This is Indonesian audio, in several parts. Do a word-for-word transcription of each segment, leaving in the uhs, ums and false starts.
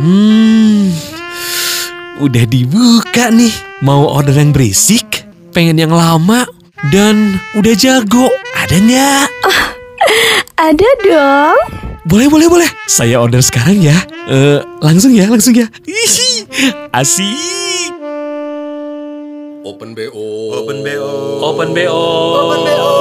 Hmm, udah dibuka nih. Mau order yang berisik, pengen yang lama, dan udah jago. Ada nggak? Oh, ada dong. Boleh, boleh, boleh. Saya order sekarang ya. Uh, langsung ya, langsung ya. Ihi, asik. Open B O. Open B O. Open B O. Open B O.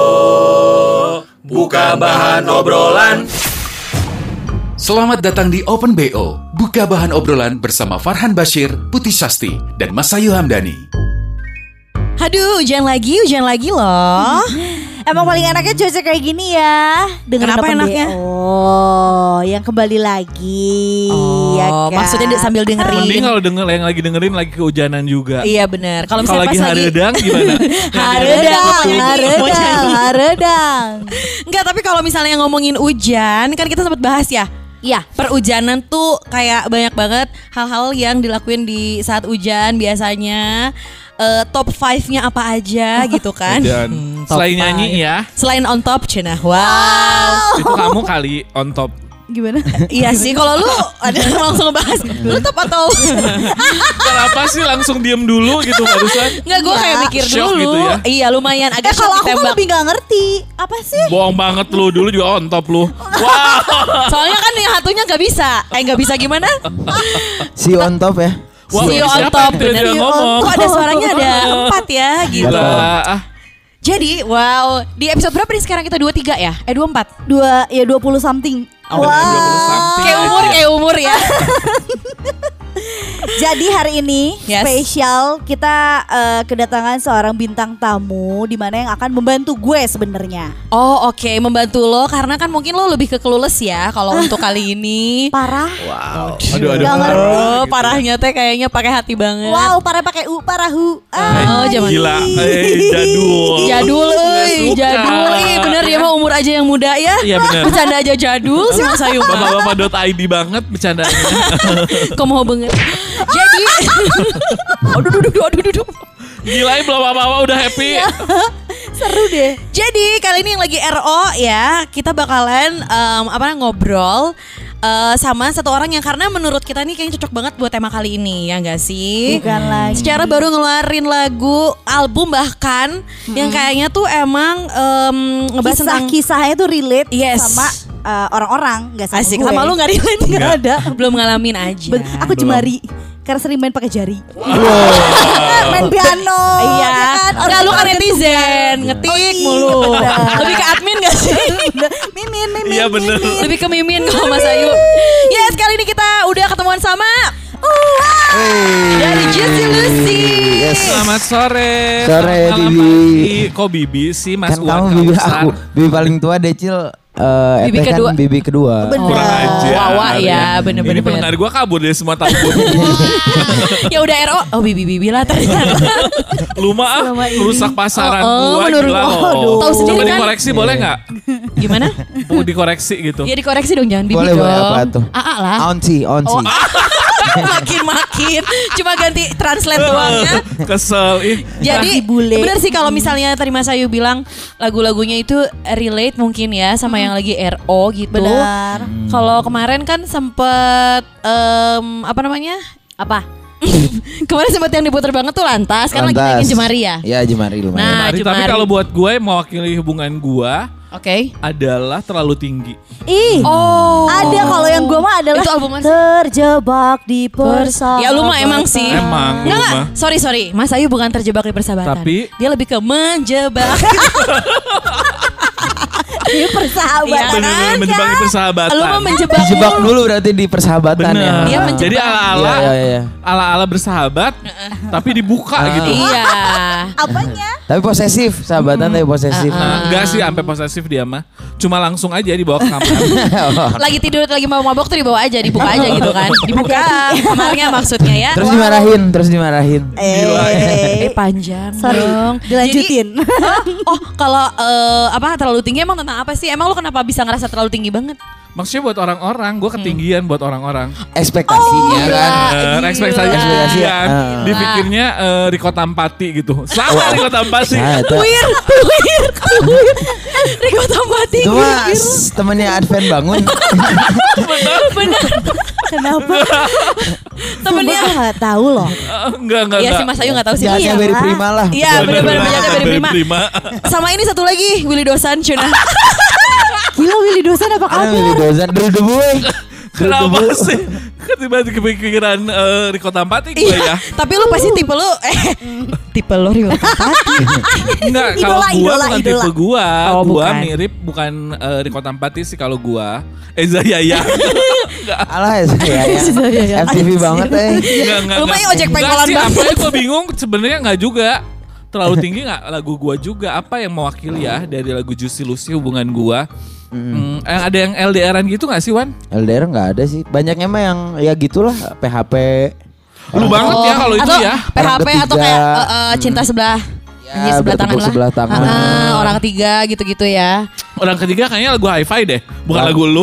Buka bahan obrolan. Selamat datang di Open B O. Buka bahan obrolan bersama Farhan Bashir, Putih Sasti, dan Masayu Hamdani. Aduh, hujan lagi, hujan lagi loh. Emang paling enaknya cuaca kayak gini ya. Dengan Kenapa enaknya? Oh, yang kembali lagi. Oh, ya kan? maksudnya de- sambil dengerin. Mending kalau denger yang lagi dengerin lagi kehujanan juga. Iya benar. Kalau Kalau misalnya lagi pas lagi haredang gimana? haredang, haredang, haredang. Enggak, tapi kalau misalnya ngomongin hujan, kan kita sempat bahas ya. Iya. Perhujanan tuh kayak banyak banget hal-hal yang dilakuin di saat hujan biasanya. Uh, top five-nya apa aja gitu kan. Dan Hmm, top selain five. nyanyi ya. Selain on top, cenah. Wow. Itu kamu kali on top. Gimana? Iya sih, kalau lu ada langsung ngebahas lu top atau Kenapa sih langsung diem dulu gitu barusan? enggak, gue kayak mikir Shock dulu. gitu ya? Iya, lumayan Eh agak kalau shock aku ditembak. lebih gak ngerti. Apa sih? Bohong banget lu, dulu juga on top lu. Wow. Soalnya kan yang satunya nggak bisa. Eh nggak bisa gimana? Si on top ya. Wow, Si on siapa top, yang tidak bener. ngomong? Kok ada suaranya ada empat ya gitu. Gila. Ah, Jadi wow, di episode berapa nih sekarang kita dua puluh tiga ya? Eh dua puluh empat. Dua ya dua puluh something. Oh, dua puluh something Kayak umur, aja. kayak umur ya. Jadi hari ini Yes. spesial kita eh, kedatangan seorang bintang tamu di mana yang akan membantu gue sebenarnya. Oh oke, membantu lo karena kan mungkin lo lebih ke clueless ya kalau untuk kali ini. Parah. Wow. Aduh, aduh. Gak ngerti. Oh parahnya teh kayaknya pakai hati banget. Wow, parah pakai u, parah hu. Oh, zaman Gila. Eh, jadul. Jadul, Nggak euy, suka. jadul, eh bener ya mah umur aja yang muda ya. Iya bener. Bercanda aja jadul sih Mas Ayu. Bapak-bapak dot I D banget bercandanya. Kok mau banget. Jadi, aduh, aduh, aduh, aduh, aduh. Gila ya belum apa-apa udah happy. Seru deh. Jadi kali ini yang lagi R O ya, kita bakalan um, apa ngobrol uh, sama satu orang yang karena menurut kita nih kayaknya cocok banget buat tema kali ini ya nggak sih? Bukan lagi. Secara baru ngeluarin lagu, album bahkan hmm. yang kayaknya tuh emang um, ngebahas tentang Kisah-kisahnya tuh relate Yes. sama uh, orang-orang, nggak sama asik gue. sama lu nggak relate Nggak nggak ada. belum ngalamin aja. Ben- aku Belum. jemari karena sering main pakai jari. Wow. Main piano. Iya, ya kan? enggak lu kan Orang netizen, ngetik Oh, iya, mulu. bener. Lebih ke admin gak sih? Mimin, mimin. Iya, bener. mimin. Lebih ke mimin kalau Mas Ayu. Yes, kali ini kita udah ketemuan sama dari Juicy Lucy. Yes. Selamat sore. Sore, Selamat malam, Bibi. Pagi. Kok Bibi sih Mas Kan Uwan kamu bibi Kausar? aku, bibi paling tua Decil. eh Bibi Ete kedua. kan bibi kedua. Bener. Kurang aja. Wawa ya, bener-bener. Ini pendengar gue kabur dari semua tamu gue. Ya udah R O. Oh bibi-bibi lah ternyata. Lu mah ah, rusak pasaran Oh, oh, gue menurut- gila oh, loh. aduh. Tahu sendiri Coba kan? dikoreksi boleh nggak? Gimana? Mau dikoreksi gitu. Ya dikoreksi dong, jangan bibi Boleh, dong. boleh, apa tuh? Aa lah. Onsi, onsi. Oh, makin-makin. Cuma ganti translate doangnya. Kesel. Ih. Jadi Kasih bule. bener sih kalau misalnya tadi Mas Ayu bilang lagu-lagunya itu relate mungkin ya sama yang lagi R O gitu. Benar. Kalau kemarin kan sempet em, apa namanya? Apa? Kemarin sempet yang diputer banget tuh Lantas kan lagi Lantas. naikin Jemari ya. Iya, Jemari lumayan. Nah, Mari, tapi Jemari. kalau buat gue mewakili hubungan gue Oke. adalah terlalu tinggi. Ih. Oh. Ada kalau yang gue mah adalah Itu album Mas- terjebak di persahabatan. Ya lu mah emang sih. Emang, Nggak, lu nggak. mah. Sorry sorry, Mas Ayu bukan terjebak di persahabatan. Tapi- dia lebih ke menjebak. di persahabatan. Iya. Bener-bener menjebak di persahabatan. Lu mah menjebak. Dijebak mulu. dulu berarti di persahabatan Bener. ya. Dia menjebak. Jadi ala-ala Iya, iya, iya. ala-ala bersahabat tapi dibuka Ah. gitu. Iya. Apanya? Tapi posesif, sahabatan tapi posesif. Nah, enggak sih sampai posesif dia mah. Cuma langsung aja dibawa ke kamar. Lagi tidur lagi mau mabok tuh dibawa aja, dibuka aja gitu kan. Dibuka kamarnya maksudnya ya. Terus dimarahin, terus dimarahin. Eh Eh, panjang sorry. dong. Dilanjutin. Jadi, oh kalau eh, apa terlalu tinggi emang tentang apa sih? Emang lu kenapa bisa ngerasa terlalu tinggi banget? Maksudnya buat orang-orang, gue ketinggian buat orang-orang. Ekspektasinya kan. Bener, ekspektasinya Ekspektasi, ketinggian. ah. Dipikirnya eh, Riko Tampati gitu. Sama Riko Tampati. Nah, itu Tuwir, tuwir, tuwir. Riko Tampati. itu mah s- temennya Advent bangun. Bener. Kenapa? Temennya. Gue gak tahu loh. Eh, Enggak, enggak, Iya enggak. si Mas Ayu gak tahu sih. Jahatnya Iya. Berry Prima lah. Iya bener-bener penjahatnya Berry Prima. Prima. Sama ini satu lagi Willy Dosan Cuna. Gila Willy Dosan apa Ada kabar? Willy Dozan Deru Debu. eh. Kenapa sih? Kan tiba-tiba kepikiran eh, Riko Tampati gue Iya. ya. Tapi lu pasti tipe lu eh tipe lu Riko Tampati. Enggak, kalau Idola, gua idola, bukan idola. tipe gua. Oh, gua bukan. mirip bukan eh, Riko Tampati sih kalau gua. Eza Yaya. Alah ya ya. M T V banget eh. Enggak, enggak. Lu mah enggak. yang ojek Enggak pengkolan sih, banget. apa yang gua bingung sebenarnya enggak juga. Terlalu tinggi enggak lagu gua juga. Apa yang mewakili ya dari lagu Juicy Lucy hubungan gua? Hmm, yang ada yang L D R-an gitu gak sih Wan? L D R nggak ada sih. Banyaknya mah yang ya gitulah P H P. Lu banget ya kalau itu atau ya. P H P Orang atau ketiga. kayak eh, eh, cinta sebelah Ya, Anjir, sebelah tangan bertepuk lah. sebelah tangan. Ah, orang ketiga gitu-gitu ya. Orang ketiga kayaknya lagu hi-fi deh, bukan lagu lu.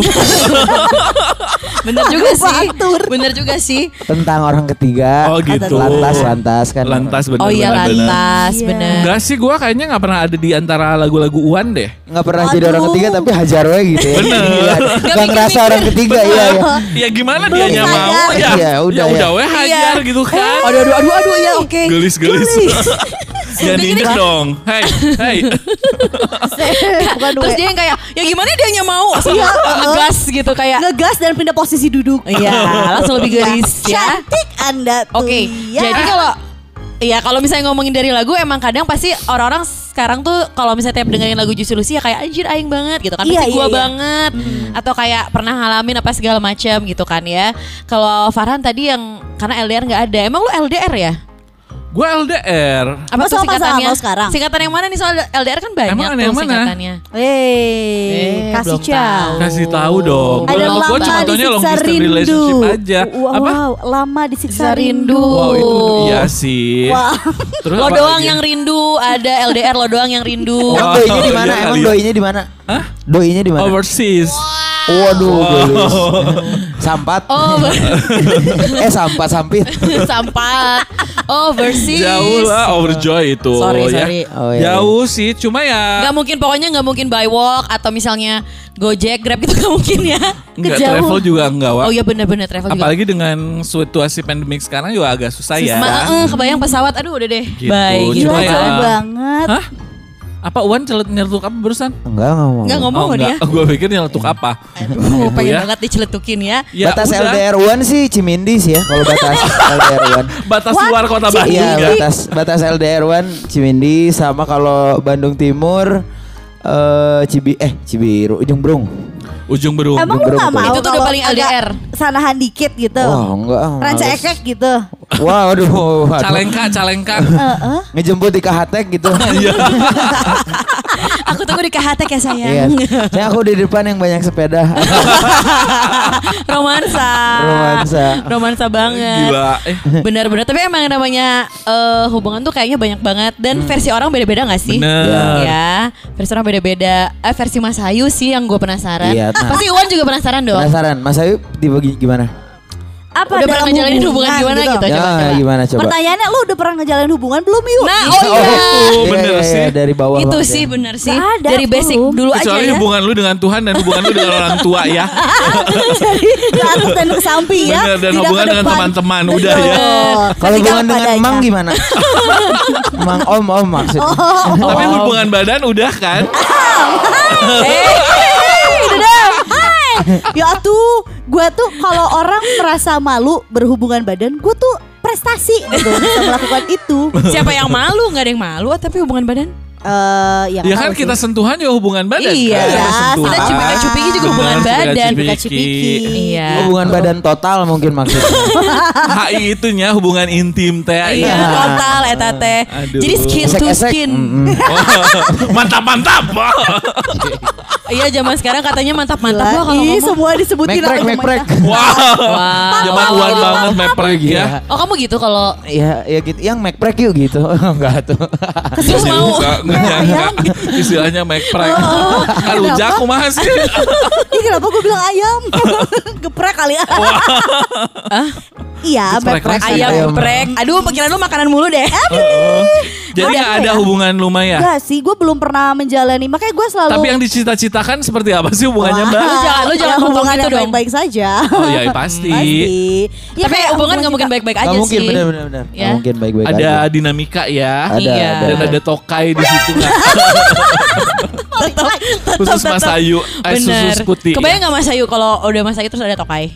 Bener juga sih. Bener juga sih. Tentang orang ketiga. Oh gitu. Lantas lantas kan. Lantas bener. Oh iya bener, bener. lantas, Iya. bener. Enggak sih, gua kayaknya nggak pernah ada di antara lagu-lagu Uwan deh. Nggak pernah jadi orang Aduh. ketiga tapi hajar we gitu ya. Bener. Iya. Nggak Nggak ngerasa mikir-mikir. orang ketiga iya ya. Ya gimana Belum dianya sadar. mau ya? Iya, udah ya. ya. Udah weh hajar Iya. gitu kan. Aduh aduh aduh aduh ya oke. Gelis-gelis. Jangan Gini, diinjek dong. Hey, hey. Bukan Terus gue. dia yang kayak ya gimana dia nya mau Iya, ngegas gitu kayak Ngegas dan pindah posisi duduk. iya langsung lebih gelis ya. Cantik Anda tuh. Oke, ya. jadi kalau Iya kalau misalnya ngomongin dari lagu emang kadang pasti orang-orang sekarang tuh kalau misalnya tiap dengerin lagu Juicy Lucy ya kayak anjir aing banget gitu kan Iya, pasti iya, gua iya. banget atau kayak pernah ngalamin apa segala macam gitu kan ya. Kalau Farhan tadi yang karena L D R nggak ada, emang lu L D R ya? Gue L D R. Apa Oh, tuh sama singkatannya? sama lo sekarang? Singkatan yang mana nih soal L D R kan banyak Emang ada tuh yang mana? singkatannya. Eh, Eh, kasih belum ciao. tahu. Kasih tahu dong. Ada Gue lama cuma taunya long disiksa distance rindu. relationship aja. Wow, Apa? wow, lama disiksa Disiksa rindu. rindu. Wow itu iya sih. Wah. Terus Lo apa doang lagi? yang rindu, ada L D R lo doang yang rindu. Emang Wow, doinya di mana? iya Emang kali ya. doinya di mana? Hah? Doinya di mana? Overseas. Waduh, gelis. Sampat. Oh, eh sampat sampit. sampat. Overseas. Jauh lah overjoy itu. Sorry, ya. sorry. Oh, iya, Jauh sih, cuma ya Gak mungkin pokoknya gak mungkin by walk atau misalnya Gojek, Grab gitu gak mungkin ya. nggak Kejauhan. travel juga enggak, Wak. Oh iya bener-bener travel juga. Apalagi dengan situasi pandemik sekarang juga agak susah ya. Ma- eh, kebayang pesawat, aduh udah deh. Gitu, Bye. cuma Gila ya. jauh banget. Hah? Apa Uwan celet nyeletuk apa barusan? Enggak ngomong. Nggak ngomong oh kok dia. enggak, gue pikir nyeletuk apa. Aduh, pengen ya. banget diceletukin ya. Ya, Batas udah. L D R one sih Cimindis ya kalau batas L D R one. Batas What? luar kota Bandung Iya ya. batas batas L D R one Cimindis sama kalau Bandung Timur eh Cibi eh Cibiru Ujung Berung. Ujung Berung. Emang lu Bener, gak bener. mau Itu tuh udah kalau paling L D R. agak sanahan dikit gitu. Wah enggak. Ranca males. ekek gitu. Wah aduh, aduh. Calengka, calengka. Heeh. Ngejemput di Kahatek gitu. Iya. Aku tunggu di K H T ya Iya. sayang. Saya aku di depan yang banyak sepeda. Romansa. Romansa. Romansa banget. Gila. Eh, Bener-bener. Tapi emang yang namanya eh, hubungan tuh kayaknya banyak banget. Dan versi orang beda-beda gak sih? Bener. Ya. Versi orang beda-beda. Eh, versi Mas Ayu sih yang gue penasaran. Iya, nah. Pasti Iwan juga penasaran dong. Penasaran Mas Ayu dibagi gimana? Apa Udah pernah dalam ngejalanin hubungan gimana gitu? Ya Coba, coba. gimana coba? Pertanyaannya lu udah pernah ngejalanin hubungan belum yuk? Nah, oh iya. Oh, bener Iya, iya, sih. iya, dari bawah Itu banget sih ya. bener sih. Nggak ada, Dari basic belum. dulu aja Kecuali ya. hubungan lu dengan Tuhan dan hubungan lu dengan orang tua ya. Dari ke atas dan ke samping ya. Bener, dan tidak hubungan ke dengan depan. teman-teman, udah Betul. ya. Kalau Ketika hubungan dengan padanya. emang gimana? Emang om om maksudnya. Tapi hubungan badan udah kan? Itu dah. Hai. Ya tuh, gue tuh kalau orang merasa malu berhubungan badan, gue tuh prestasi gitu bisa melakukan itu. Siapa yang malu? Gak ada yang malu tapi hubungan badan. Eh, ya, Ya nggak kan tahu kita sih. sentuhan juga hubungan badan. Iya. kan? Iya, Sentuhan. Kita cipika-cipiki juga Bener, hubungan badan. cipika-cipiki. Iya. Hubungan badan total mungkin maksudnya. H I itunya hubungan intim teh. Iya, total eta teh. Aduh. Jadi skin to Esek-esek. skin. Mm-mm. Mantap mantap. Iya, zaman sekarang katanya mantap-mantap loh kalau Ih, ngomong. semua disebutin Mekrek apa mekrek. Wow. Wah. Zaman Uwan banget meprek ya. Oh, kamu gitu kalau Ya ya gitu. Yang mekrek yuk gitu. Enggak tuh. kesel Sih, mau. enggak, ayam. Istilahnya make prank. Kan rujak kumaha sih? Ih kenapa gue bilang ayam? Geprek kali ya. Iya, Geprek geprek nasi. Ayam Ayam. geprek. Aduh, pikiran lu makanan mulu deh. Jadi nggak ada hubungan lumayan. Enggak sih, gue belum pernah menjalani. Makanya gue selalu Tapi yang dicita-citakan seperti apa sih hubungannya Wah, Mbak? Lu jangan- lu jangan ya, ngomong hubungan gitu yang dong. baik-baik saja. Oh iya pasti. Pasti. Ya, Tapi kayak hubungan nggak mungkin kita- baik-baik Gak aja mungkin sih. benar-benar benar. Ya. Gak mungkin baik-baik Ada aja. dinamika ya. Ada, Iya. ada. Dan ada tokai di situ kan. Tetap, Khusus Mas Ayu, eh, Bener. susu putih. Kebayang nggak Mas Ayu kalau udah Mas Ayu terus ada tokai?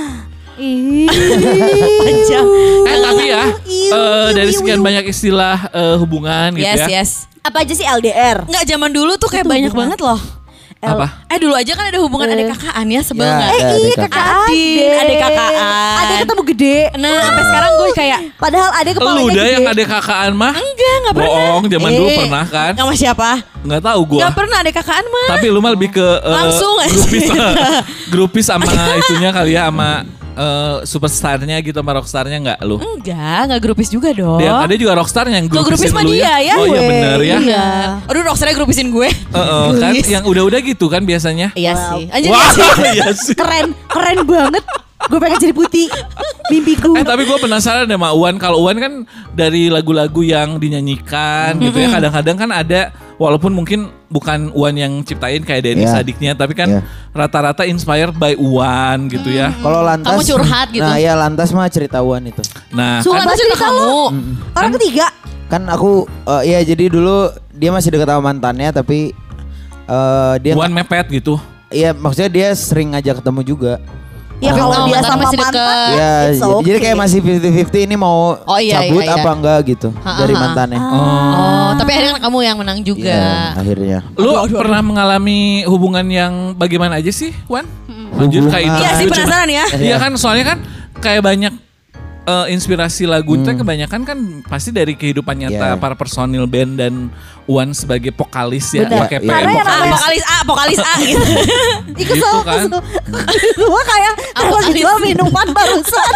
Ih. Panjang. Eh tapi ya, Iu, eh, dari iu, sekian iu. banyak istilah eh, hubungan gitu Yes, ya. yes. Apa aja sih L D R? Nggak, zaman dulu tuh kayak Itu banyak hubungan. banget loh. Apa? Eh dulu aja kan ada hubungan Eh. adik kakaan ya, sebel Ya, nggak? ada Eh iya adik kakak kakak. adik. Adin, adik kakaan. Adik ketemu gede. Nah, sampai sekarang gue kayak Padahal adik kepalanya Lu udah gede. yang ada kakaan mah? enggak, nggak pernah. Bohong, zaman dulu Eh, pernah kan? Sama siapa? Nggak tahu gua. Nggak pernah adik kakaan mah. Tapi lu mah lebih ke eh, Langsung aja. grupis, grupis sama itunya kali ya, sama eh, superstarnya gitu, sama rockstarnya nggak lu? Enggak, nggak grupis juga dong. Dia ada juga rockstar yang Tuh, grupisin grupis mah lu dia ya. Oh iya Gue. benar ya. Iya. Aduh, rockstarnya grupisin gue. Heeh, kan yang udah-udah gitu kan biasanya. Iya Wow. sih. Anjir Wah, iya sih. iya sih. Keren, keren banget. Gue pengen jadi putih. Mimpiku. Eh tapi gue penasaran sama Uwan. Kalau Uwan kan dari lagu-lagu yang dinyanyikan gitu ya. Kadang-kadang kan ada, walaupun mungkin bukan Uwan yang ciptain kayak Dennis Ya. adiknya, tapi kan Ya. rata-rata inspired by Uwan gitu ya. Kalau lantas Kamu curhat gitu. Nah, ya lantas mah cerita Wan itu. Nah, Suka kan, Lantas cerita kamu. Orang ketiga. Kan aku eh, ya jadi dulu dia masih dekat sama mantannya tapi eh, dia Uwan mepet gitu. iya maksudnya dia sering ngajak ketemu juga. Ya Tapi kalau kalau dia mantan sama masih mantan. deket. Ya, it's jadi, jadi okay. kayak masih fifty fifty ini mau Oh, iya, cabut iya, iya. apa enggak gitu Ha, dari ha, ha. mantannya. Oh, tapi akhirnya kan kamu yang menang juga. Iya, akhirnya. Lu pernah mengalami hubungan yang bagaimana aja sih, Wan? Lanjut Hubungan. kayak itu. Iya sih, Coba. penasaran ya. Iya kan, soalnya kan kayak banyak eh, inspirasi lagu itu kebanyakan kan pasti dari kehidupan nyata Iya. para personil band dan Uwan sebagai vokalis ya, Benar. pakai Iya. P Karena yang Ah, vokalis. vokalis A, vokalis A gitu. Ih Gitu kesel, kan. kesel. Gue kayak kalau Apa dijual sih? minuman barusan.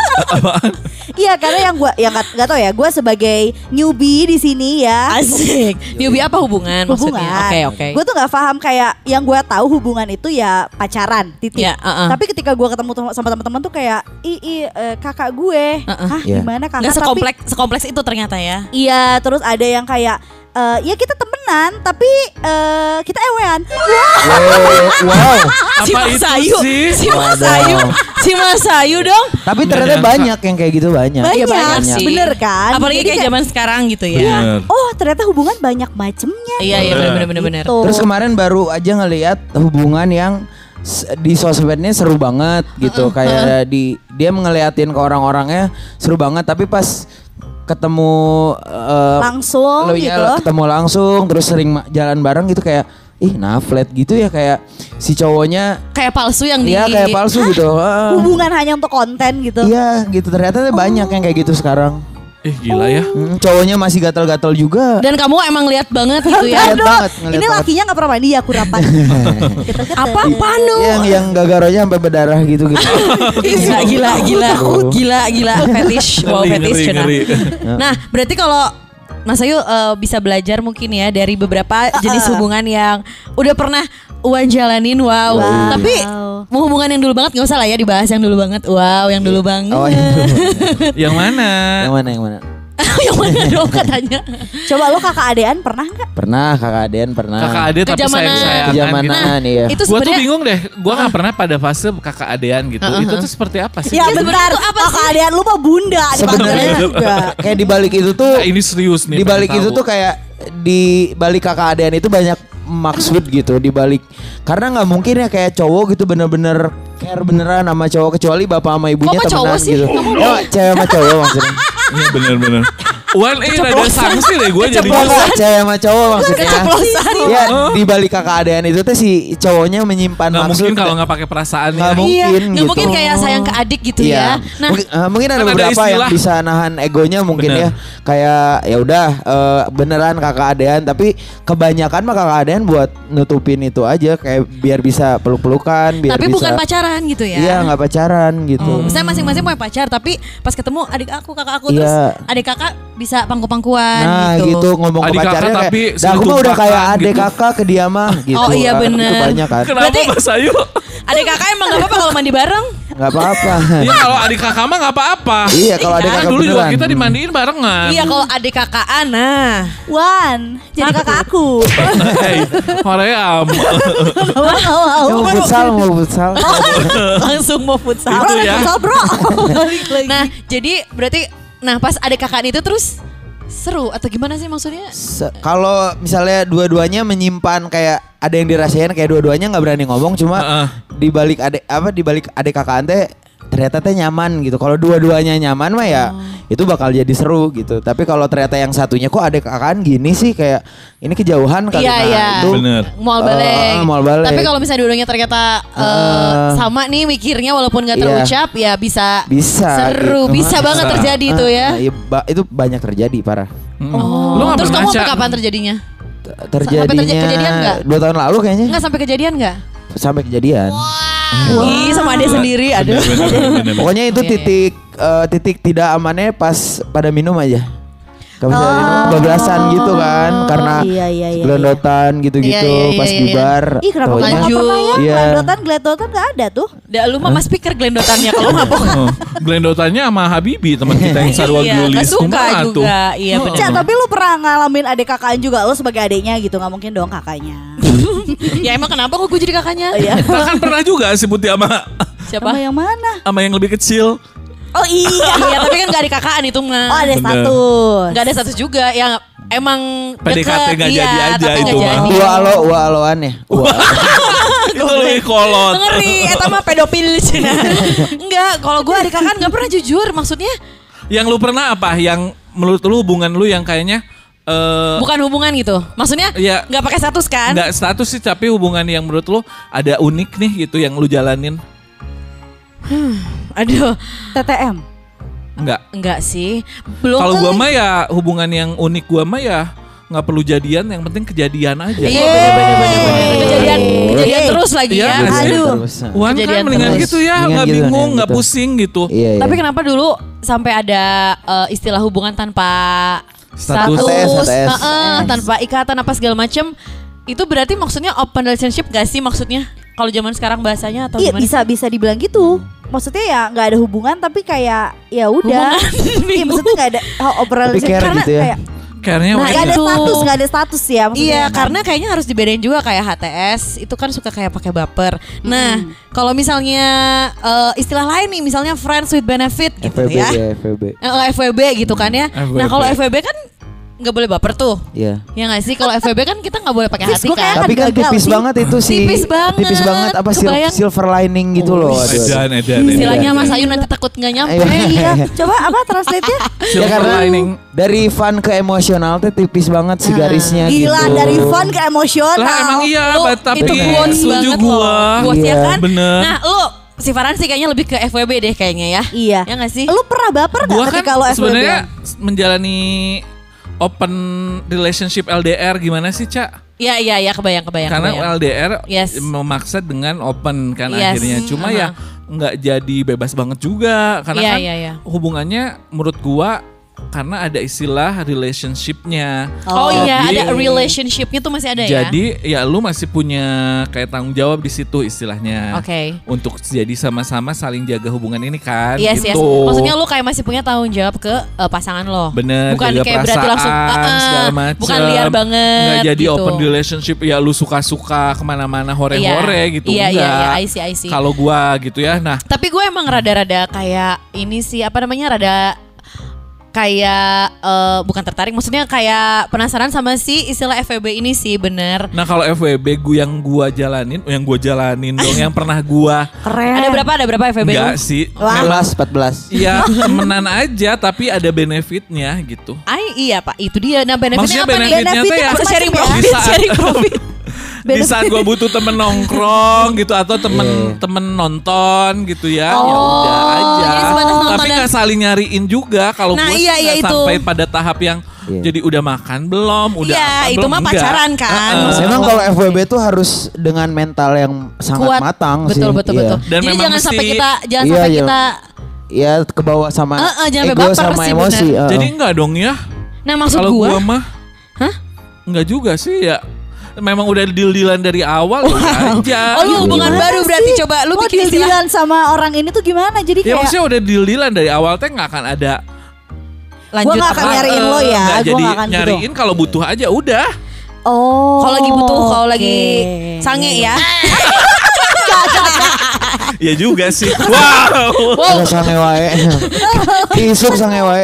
Iya karena yang gue yang nggak nggak tahu ya. Gue sebagai newbie di sini ya. Asik. Newbie apa hubungan, Hubungan. maksudnya? Oke, oke. Gue tuh nggak paham kayak yang gue tahu hubungan itu ya pacaran, titik. Ya, uh-uh. Tapi ketika gue ketemu tem- sama teman-teman tuh kayak, ih, ih eh, kakak gue, Uh-uh. hah Iya. gimana kakak? Nggak Tapi- sekompleks sekompleks itu ternyata ya. Iya, terus ada yang kayak eh, ya kita temenan tapi eh, kita ewean. wow. Si Apa Mas itu Ayu, sih? si Mas Waduh. Ayu, si Mas Ayu dong. Tapi Nggak ternyata nyangka. banyak yang kayak gitu banyak. Banyak, Iya, banyak sih. bener kan? Apalagi Jadi kayak zaman sekarang gitu ya. Bener. oh ternyata hubungan banyak macemnya. Iya, iya benar benar benar benar. Gitu. Terus kemarin baru aja ngelihat hubungan yang s- di sosmednya seru banget gitu. Kayak di dia ngeliatin ke orang-orangnya seru banget tapi pas ketemu eh, langsung lo ya, gitu. ketemu langsung terus sering ma- jalan bareng gitu kayak ih nah flat gitu ya kayak si cowoknya Kayak palsu yang di dia kayak palsu gitu. Ah, Hubungan hanya untuk konten gitu. Iya gitu ternyata tuh banyak yang kayak gitu sekarang. Eh gila ya. Hmm, cowoknya masih gatal-gatal juga. Dan kamu emang lihat banget gitu ya. Lihat banget, ngeliat Ini banget. lakinya nggak pernah mandi ya kurapan. Apa panu? Yang yang gagaronya sampai berdarah gitu gitu. Gila gila gila gila gila fetish wow Ngeri, fetish ngeri, Cuna. ngeri. Nah berarti kalau Mas Ayu eh, bisa belajar mungkin ya dari beberapa jenis hubungan yang udah pernah Uwan jalanin wow. Wow. Tapi mau hubungan yang dulu banget nggak usah lah ya dibahas yang dulu banget wow yang dulu banget. Oh, yang, Yang mana? yang mana yang mana? yang mana dong katanya? Coba lo kakak adean pernah nggak? Pernah kakak Aden pernah. Kakak ade tapi Kejamanan. sayang-sayangan gitu. Kejamanan iya. Itu Gue tuh sebenarnya bingung deh, gue gak pernah pada fase kakak adean gitu. Itu tuh seperti apa sih? Ya sebenarnya bentar, itu apa kakak adean lu mah bunda dipanggilnya Sebenarnya juga. kayak di balik itu tuh Nah, ini serius nih. di balik pengen itu tahu. tuh kayak di balik kakak adean itu banyak maksud gitu di balik karena nggak mungkin ya kayak cowok gitu bener-bener care beneran sama cowok kecuali bapak sama ibunya Kok sama temenan cowok sih? gitu. Kamu- Oh, cewek sama cowok maksudnya. Iya bener-bener. Wan ini rada sanksi deh gue jadi. Enggak, cewek sama cowok maksudnya. Keceplosan. Ya di balik kakak adean itu tuh si cowoknya menyimpan Nggak maksud. mungkin kalau nggak pakai perasaan Nggak ya. mungkin. Iya, nggak gitu. mungkin kayak sayang ke adik gitu Iya. ya. Nah, mungkin, eh, mungkin ada kan ada beberapa yang istilah. bisa nahan egonya mungkin Bener. ya. Kayak ya udah eh, beneran kakak adean tapi kebanyakan mah kakak adean buat nutupin itu aja kayak biar bisa peluk-pelukan, biar tapi bisa. bukan pacaran gitu ya. Iya, nggak pacaran gitu. Oh, misalnya masing-masing punya pacar tapi pas ketemu adik aku kakak aku Iya. terus adik kakak bisa pangku-pangkuan Nah gitu. gitu ngomong ke Adik kakak pacarnya tapi kayak, "Dah, aku mah udah kayak selingkuh adik gitu." kakak ke dia mah gitu. Oh, iya Kan, bener. Itu banyak kan. Kenapa Berarti- Mas Ayu? Adik kakak emang gak apa-apa kalau mandi bareng? Gak apa-apa. Iya kalau adik kakak mah nggak apa-apa. Iya kalau adik Kan kakak dulu juga beneran. kita dimandiin barengan. Iya kalau adik kakak nah. Wan, jadi kakak aku. Hei, Hoream. Wow, wow. Ya, mau futsal, mau futsal. Langsung mau futsal. Itu ya. Futsal, bro. Balik lagi. Nah jadi berarti nah pas adik kakak itu terus seru atau gimana sih maksudnya? Se- Kalau misalnya dua-duanya menyimpan kayak ada yang dirasain kayak dua-duanya nggak berani ngomong cuma Heeh. di balik adik apa di balik adik kakak teh ternyata teh nyaman gitu. Kalau dua-duanya nyaman mah ya itu bakal jadi seru gitu. Tapi kalau ternyata yang satunya kok adik kakaan gini sih kayak ini kejauhan kali Iya nah, iya. itu Bener. Mual balik. Eh, mual balik. Tapi kalau misalnya dua-duanya ternyata eh, Eh. sama nih mikirnya walaupun gak Iya. terucap ya bisa bisa seru, gitu. bisa Masa. banget terjadi itu Ah, ya. ah, iya, ba- itu banyak terjadi parah. Oh. Lu nggak Terus pernah kamu sampai Ca? kapan terjadinya? T- Sampai Terjadinya terja- kejadian nggak? dua tahun lalu kayaknya Enggak sampai kejadian nggak? sampai kejadian. Ih sama adik sendiri aduh. Bener, bener, bener, bener. Pokoknya itu Iya, iya. titik eh, titik tidak amannya pas pada minum aja. Kalau misalnya Oh. minum kebablasan gitu kan karena Iya, iya, iya, gelendotan gitu-gitu Iya, iya, iya, pas iya. di bar. Ih kenapa taunya- gak Lanjut. pernah ya? Iya. Glendotan, glendotan gak ada tuh. Da, lu mah mas speaker gelendotannya kalau mabok. Oh, gelendotannya sama Habibi teman kita yang Sarwa Iya, Gulis. gak suka Kumaha tuh? juga. Iya benar. Cak, tapi lu pernah ngalamin adik kakaknya juga, lu sebagai adiknya gitu, gak mungkin dong kakaknya. Ya emang kenapa kok gue jadi kakaknya? Iya. Kita kan pernah juga si Putih sama Siapa? Sama yang mana? sama yang lebih kecil. Oh iya, iya tapi kan gak ada kakaan itu mah. Oh ada Bener. status. Gak ada status juga yang emang P D K T deket, nggak iya, jadi aja tapi itu nggak mah. jadi. Wa alo wa aloan ya. Wa. Itu lebih kolot. Ngeri, eta mah pedofil cina. Enggak, kalau gue adik kakak nggak pernah jujur maksudnya. Yang lu pernah apa? Yang menurut lu hubungan lu yang kayaknya eh Bukan hubungan gitu. Maksudnya Iya. nggak pakai status kan? nggak status sih tapi hubungan yang menurut lu ada unik nih gitu yang lu jalanin? Aduh, T T M. Enggak. enggak sih. Belum. Kalau gua kali. mah ya hubungan yang unik gua mah ya nggak perlu jadian, yang penting kejadian aja. Iya bener bener bener. Kejadian kejadian Yeay. terus lagi Iya, ya. nggak sih? Aduh. Terus. Wan kan Kejadian mendingan terus. gitu ya, Mendingan nggak gitu, bingung, mendingan nggak gitu. pusing gitu. Iya, iya. Tapi kenapa dulu sampai ada eh, istilah hubungan tanpa Status. status, H T S, H T S. Heeh, tanpa ikatan apa segala macem? Itu berarti maksudnya open relationship gak sih maksudnya? Kalau zaman sekarang bahasanya atau Iya gimana? bisa bisa dibilang gitu. Maksudnya ya nggak ada hubungan tapi kayak ya udah. Iya maksudnya nggak ada oh, obrolan Tapi care karena gitu ya. kayak Kayaknya Nah, wah, nggak ada itu. status nggak ada status ya. maksudnya. Iya, karena kayaknya harus dibedain juga kayak H T S itu kan suka kayak pakai baper. Nah, kalau misalnya eh, istilah lain nih, misalnya friends with benefit F gitu W B ya, ya F W B. Eh, F W B gitu kan ya. F W B. Nah, kalau F W B kan nggak boleh baper tuh. Iya. Ya nggak sih, kalau F W B kan kita nggak boleh pakai Fix, hati gua kayak kan. Tapi kan gagal tipis sih. banget itu sih. Tipis banget. Tipis banget apa sil- Kebayang. silver lining gitu loh. Aduh, aduh. edan, edan, Istilahnya edan. Mas Ayu nanti takut nggak nyampe. Ayo. Iya. Coba apa translate-nya? Ya Silver karena lining. dari fun ke emosional tuh tipis banget sih garisnya Gila gitu. dari fun ke emosional. Lah emang iya, Lu, but tapi itu quotes setuju banget gua. loh. Quotes ya Iya. kan? Bener. Nah, lu si Farhan sih kayaknya lebih ke F W B deh kayaknya ya. Iya. Ya nggak sih? Lu pernah baper Gua gak kan ketika lo F W B? sebenarnya menjalani open relationship L D R gimana sih, Cak? Iya iya iya kebayang kebayang. Karena kebayang. L D R Yes. memaksa dengan open kan Yes. akhirnya. Cuma ya nggak jadi bebas banget juga karena Iya, kan iya, iya. hubungannya menurut gua karena ada istilah relationship-nya. Oh iya Jadi- ada relationship-nya tuh masih ada ya. Jadi ya lu masih punya kayak tanggung jawab di situ istilahnya. Oke. Untuk jadi sama-sama saling jaga hubungan ini kan. Yes yes. gitu. Maksudnya lu kayak masih punya tanggung jawab ke eh, pasangan lo. Bener, Bukan jaga kayak berarti langsung perasaan, ah, ah, segala macem. bukan liar banget. Nggak jadi gitu. open relationship ya lu suka-suka kemana-mana hore-hore Iya. gitu. Iya, iya, enggak. iya, I see, I see. Kalau gua gitu ya. Nah Tapi gue emang rada-rada kayak ini sih apa namanya rada kayak eh, bukan tertarik, maksudnya kayak penasaran sama si istilah F W B ini sih bener. Nah kalau F W B gua yang gua jalanin, yang gua jalanin dong, yang pernah gua Keren. Ada berapa ada berapa F W B? enggak lu? sih, Wah. memang empat belas. ya temenan aja tapi ada benefitnya gitu. Ay, iya Pak, itu dia. Nah benefitnya Maksudnya apa nih? benefitnya tuh ya Bisa sharing macam-macam profit, ya. Bisa. sharing profit. Di saat gua butuh temen nongkrong gitu atau temen Iya. temen nonton gitu ya, ya Oh, udah aja. jadi sebatas nonton Tapi dan- nggak saling nyariin juga kalau Nah, gua sih iya, iya, nggak itu. sampai pada tahap yang Iya. jadi udah makan belum, udah Iya, apa itu belum, mah enggak. pacaran kan. Heeh. Maksudnya Memang kalau F W B tuh harus dengan mental yang sangat Kuat. matang sih. Betul betul Iya. betul. Dan Jadi memang jangan sampai mesti- kita jangan Iya, sampai iya. kita ya kebawa sama Eh, eh, jangan ego baper sama sih, emosi. bener. eh, Jadi eh. enggak dong ya. Nah maksud Kalau gua, gua mah Hah? enggak juga sih ya. Memang udah deal-dealan dari awal ya udah aja. Oh lu hubungan Gimana baru berarti sih? coba lu Lo bikin istilah. deal-dealan sama orang ini tuh gimana? Jadi Ya kayak maksudnya udah deal-dealan dari awal teh nggak akan ada. Lanjut Gua nggak akan apa? nyariin lo ya, Nggak, gua jadi nggak akan gitu. nyariin kalau butuh aja udah. oh. Kalau lagi butuh, kalau lagi Oke. sange ya. Ya juga sih. Wow. Wow, Terus sange wae. Isuk sange wae.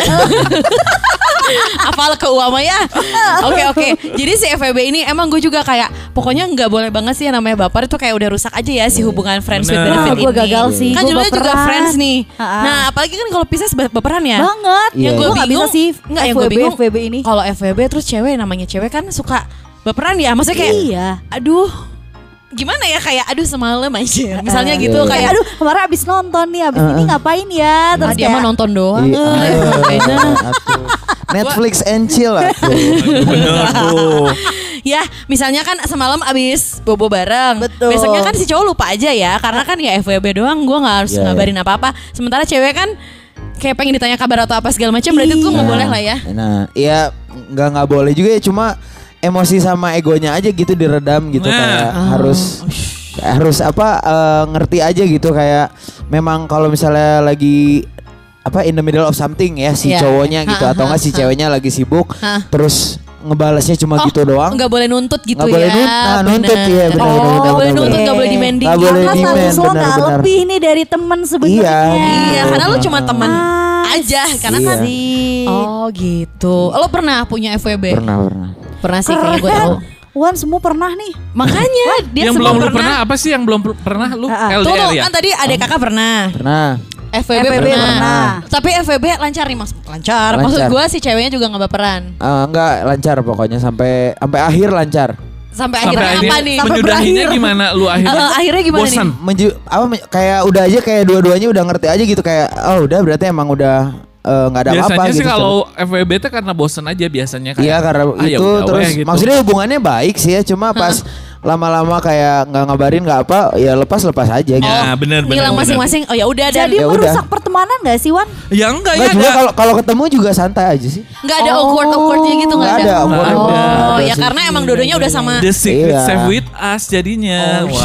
hafal ke Uama ya. Oke oke. Jadi si F W B ini emang gue juga kayak pokoknya nggak boleh banget sih yang namanya baper itu kayak udah rusak aja ya si hubungan friends with Bener. benefit Ah, ini. gua gagal sih, Kan gua judulnya juga baperan. friends nih. Ha-ha. Nah apalagi kan kalau Pisces baperan ya. Banget. Iya, Yang gue Gua nggak bingung bisa sih nggak yang gue F W B bingung F W B ini. kalau F W B terus cewek namanya cewek kan suka baperan ya. Maksudnya kayak Iya. aduh gimana ya kayak aduh semalam aja. Misalnya Ah, gitu iya. kayak Kayak aduh kemarin abis nonton nih, abis ini ngapain ya? Terus ah, dia mah kayak, nonton doang. Iya, Eh, aduh, beda. atuh. Netflix and chill atuh. Bener tuh. Ya, misalnya kan semalam abis bobo bareng. Betul. Besoknya kan si cowok lupa aja ya, karena kan ya F W B doang, gue nggak harus Iya, ngabarin apa-apa. Sementara cewek kan kayak pengen ditanya kabar atau apa segala macam, berarti tuh nggak Iya. boleh lah ya. Nah, iya nggak nggak boleh juga ya, cuma emosi sama egonya aja gitu diredam gitu Nah. kayak harus harus apa eh, ngerti aja gitu kayak memang kalau misalnya lagi apa in the middle of something ya si Iya. cowoknya gitu Ha, atau ha, enggak si ha. ceweknya lagi sibuk Ha. terus ngebalasnya cuma Oh, gitu doang. nggak boleh nuntut gitu Nggak ya. boleh nunt- nah, nuntut, bener. iya, benar, Oh, benar, nggak benar, boleh benar, nuntut, benar. nggak boleh demanding. Nggak boleh karena demand, status lo nggak benar-benar. lebih nih dari temen sebenarnya. Iya. Iya, karena lu cuma teman Ah, aja, karena Iya. kan. sih. Oh gitu. Lo pernah punya F W B? Pernah pernah. Pernah sih kayaknya gue tahu. Wan semua pernah nih. Makanya dia Yang semua belum lu pernah apa sih yang belum per- pernah lu Ah, ah. L D Tuh, R tuh, ya? kan tadi adek kakak pernah. Pernah. F W B, F W B pernah. pernah. Tapi F W B lancar nih mas, lancar. Maksud Lancar. gue si ceweknya juga nggak baperan. Eh, enggak lancar pokoknya sampai sampai akhir lancar. Sampai, Sampai akhirnya akhirnya apa nih? Sampai menyudahinya berakhir. gimana lu akhirnya? Eh, eh, akhirnya gimana Bosan. nih? Menju apa men- kayak udah aja kayak dua-duanya udah ngerti aja gitu kayak oh udah berarti emang udah eh, nggak ada Biasanya apa-apa sih gitu. kalau F W B itu karena bosen aja biasanya kayak. Iya karena ah, ya itu udah terus weh gitu. maksudnya hubungannya baik sih ya cuma pas lama-lama kayak nggak ngabarin nggak apa ya lepas lepas aja gitu. Ya bener bener. Ngilang bener. masing-masing. Oh ya udah dan Jadi Ya merusak udah. pertemanan gak sih Wan? Ya enggak ya Nggak juga ada. kalau kalau ketemu juga santai aja sih. nggak ada Oh. awkward awkwardnya gitu nggak Nggak ada. ada awkward, Oh, nggak ada ya sih. karena emang dua-duanya udah sama. The secret Iya. safe with us jadinya. Wow.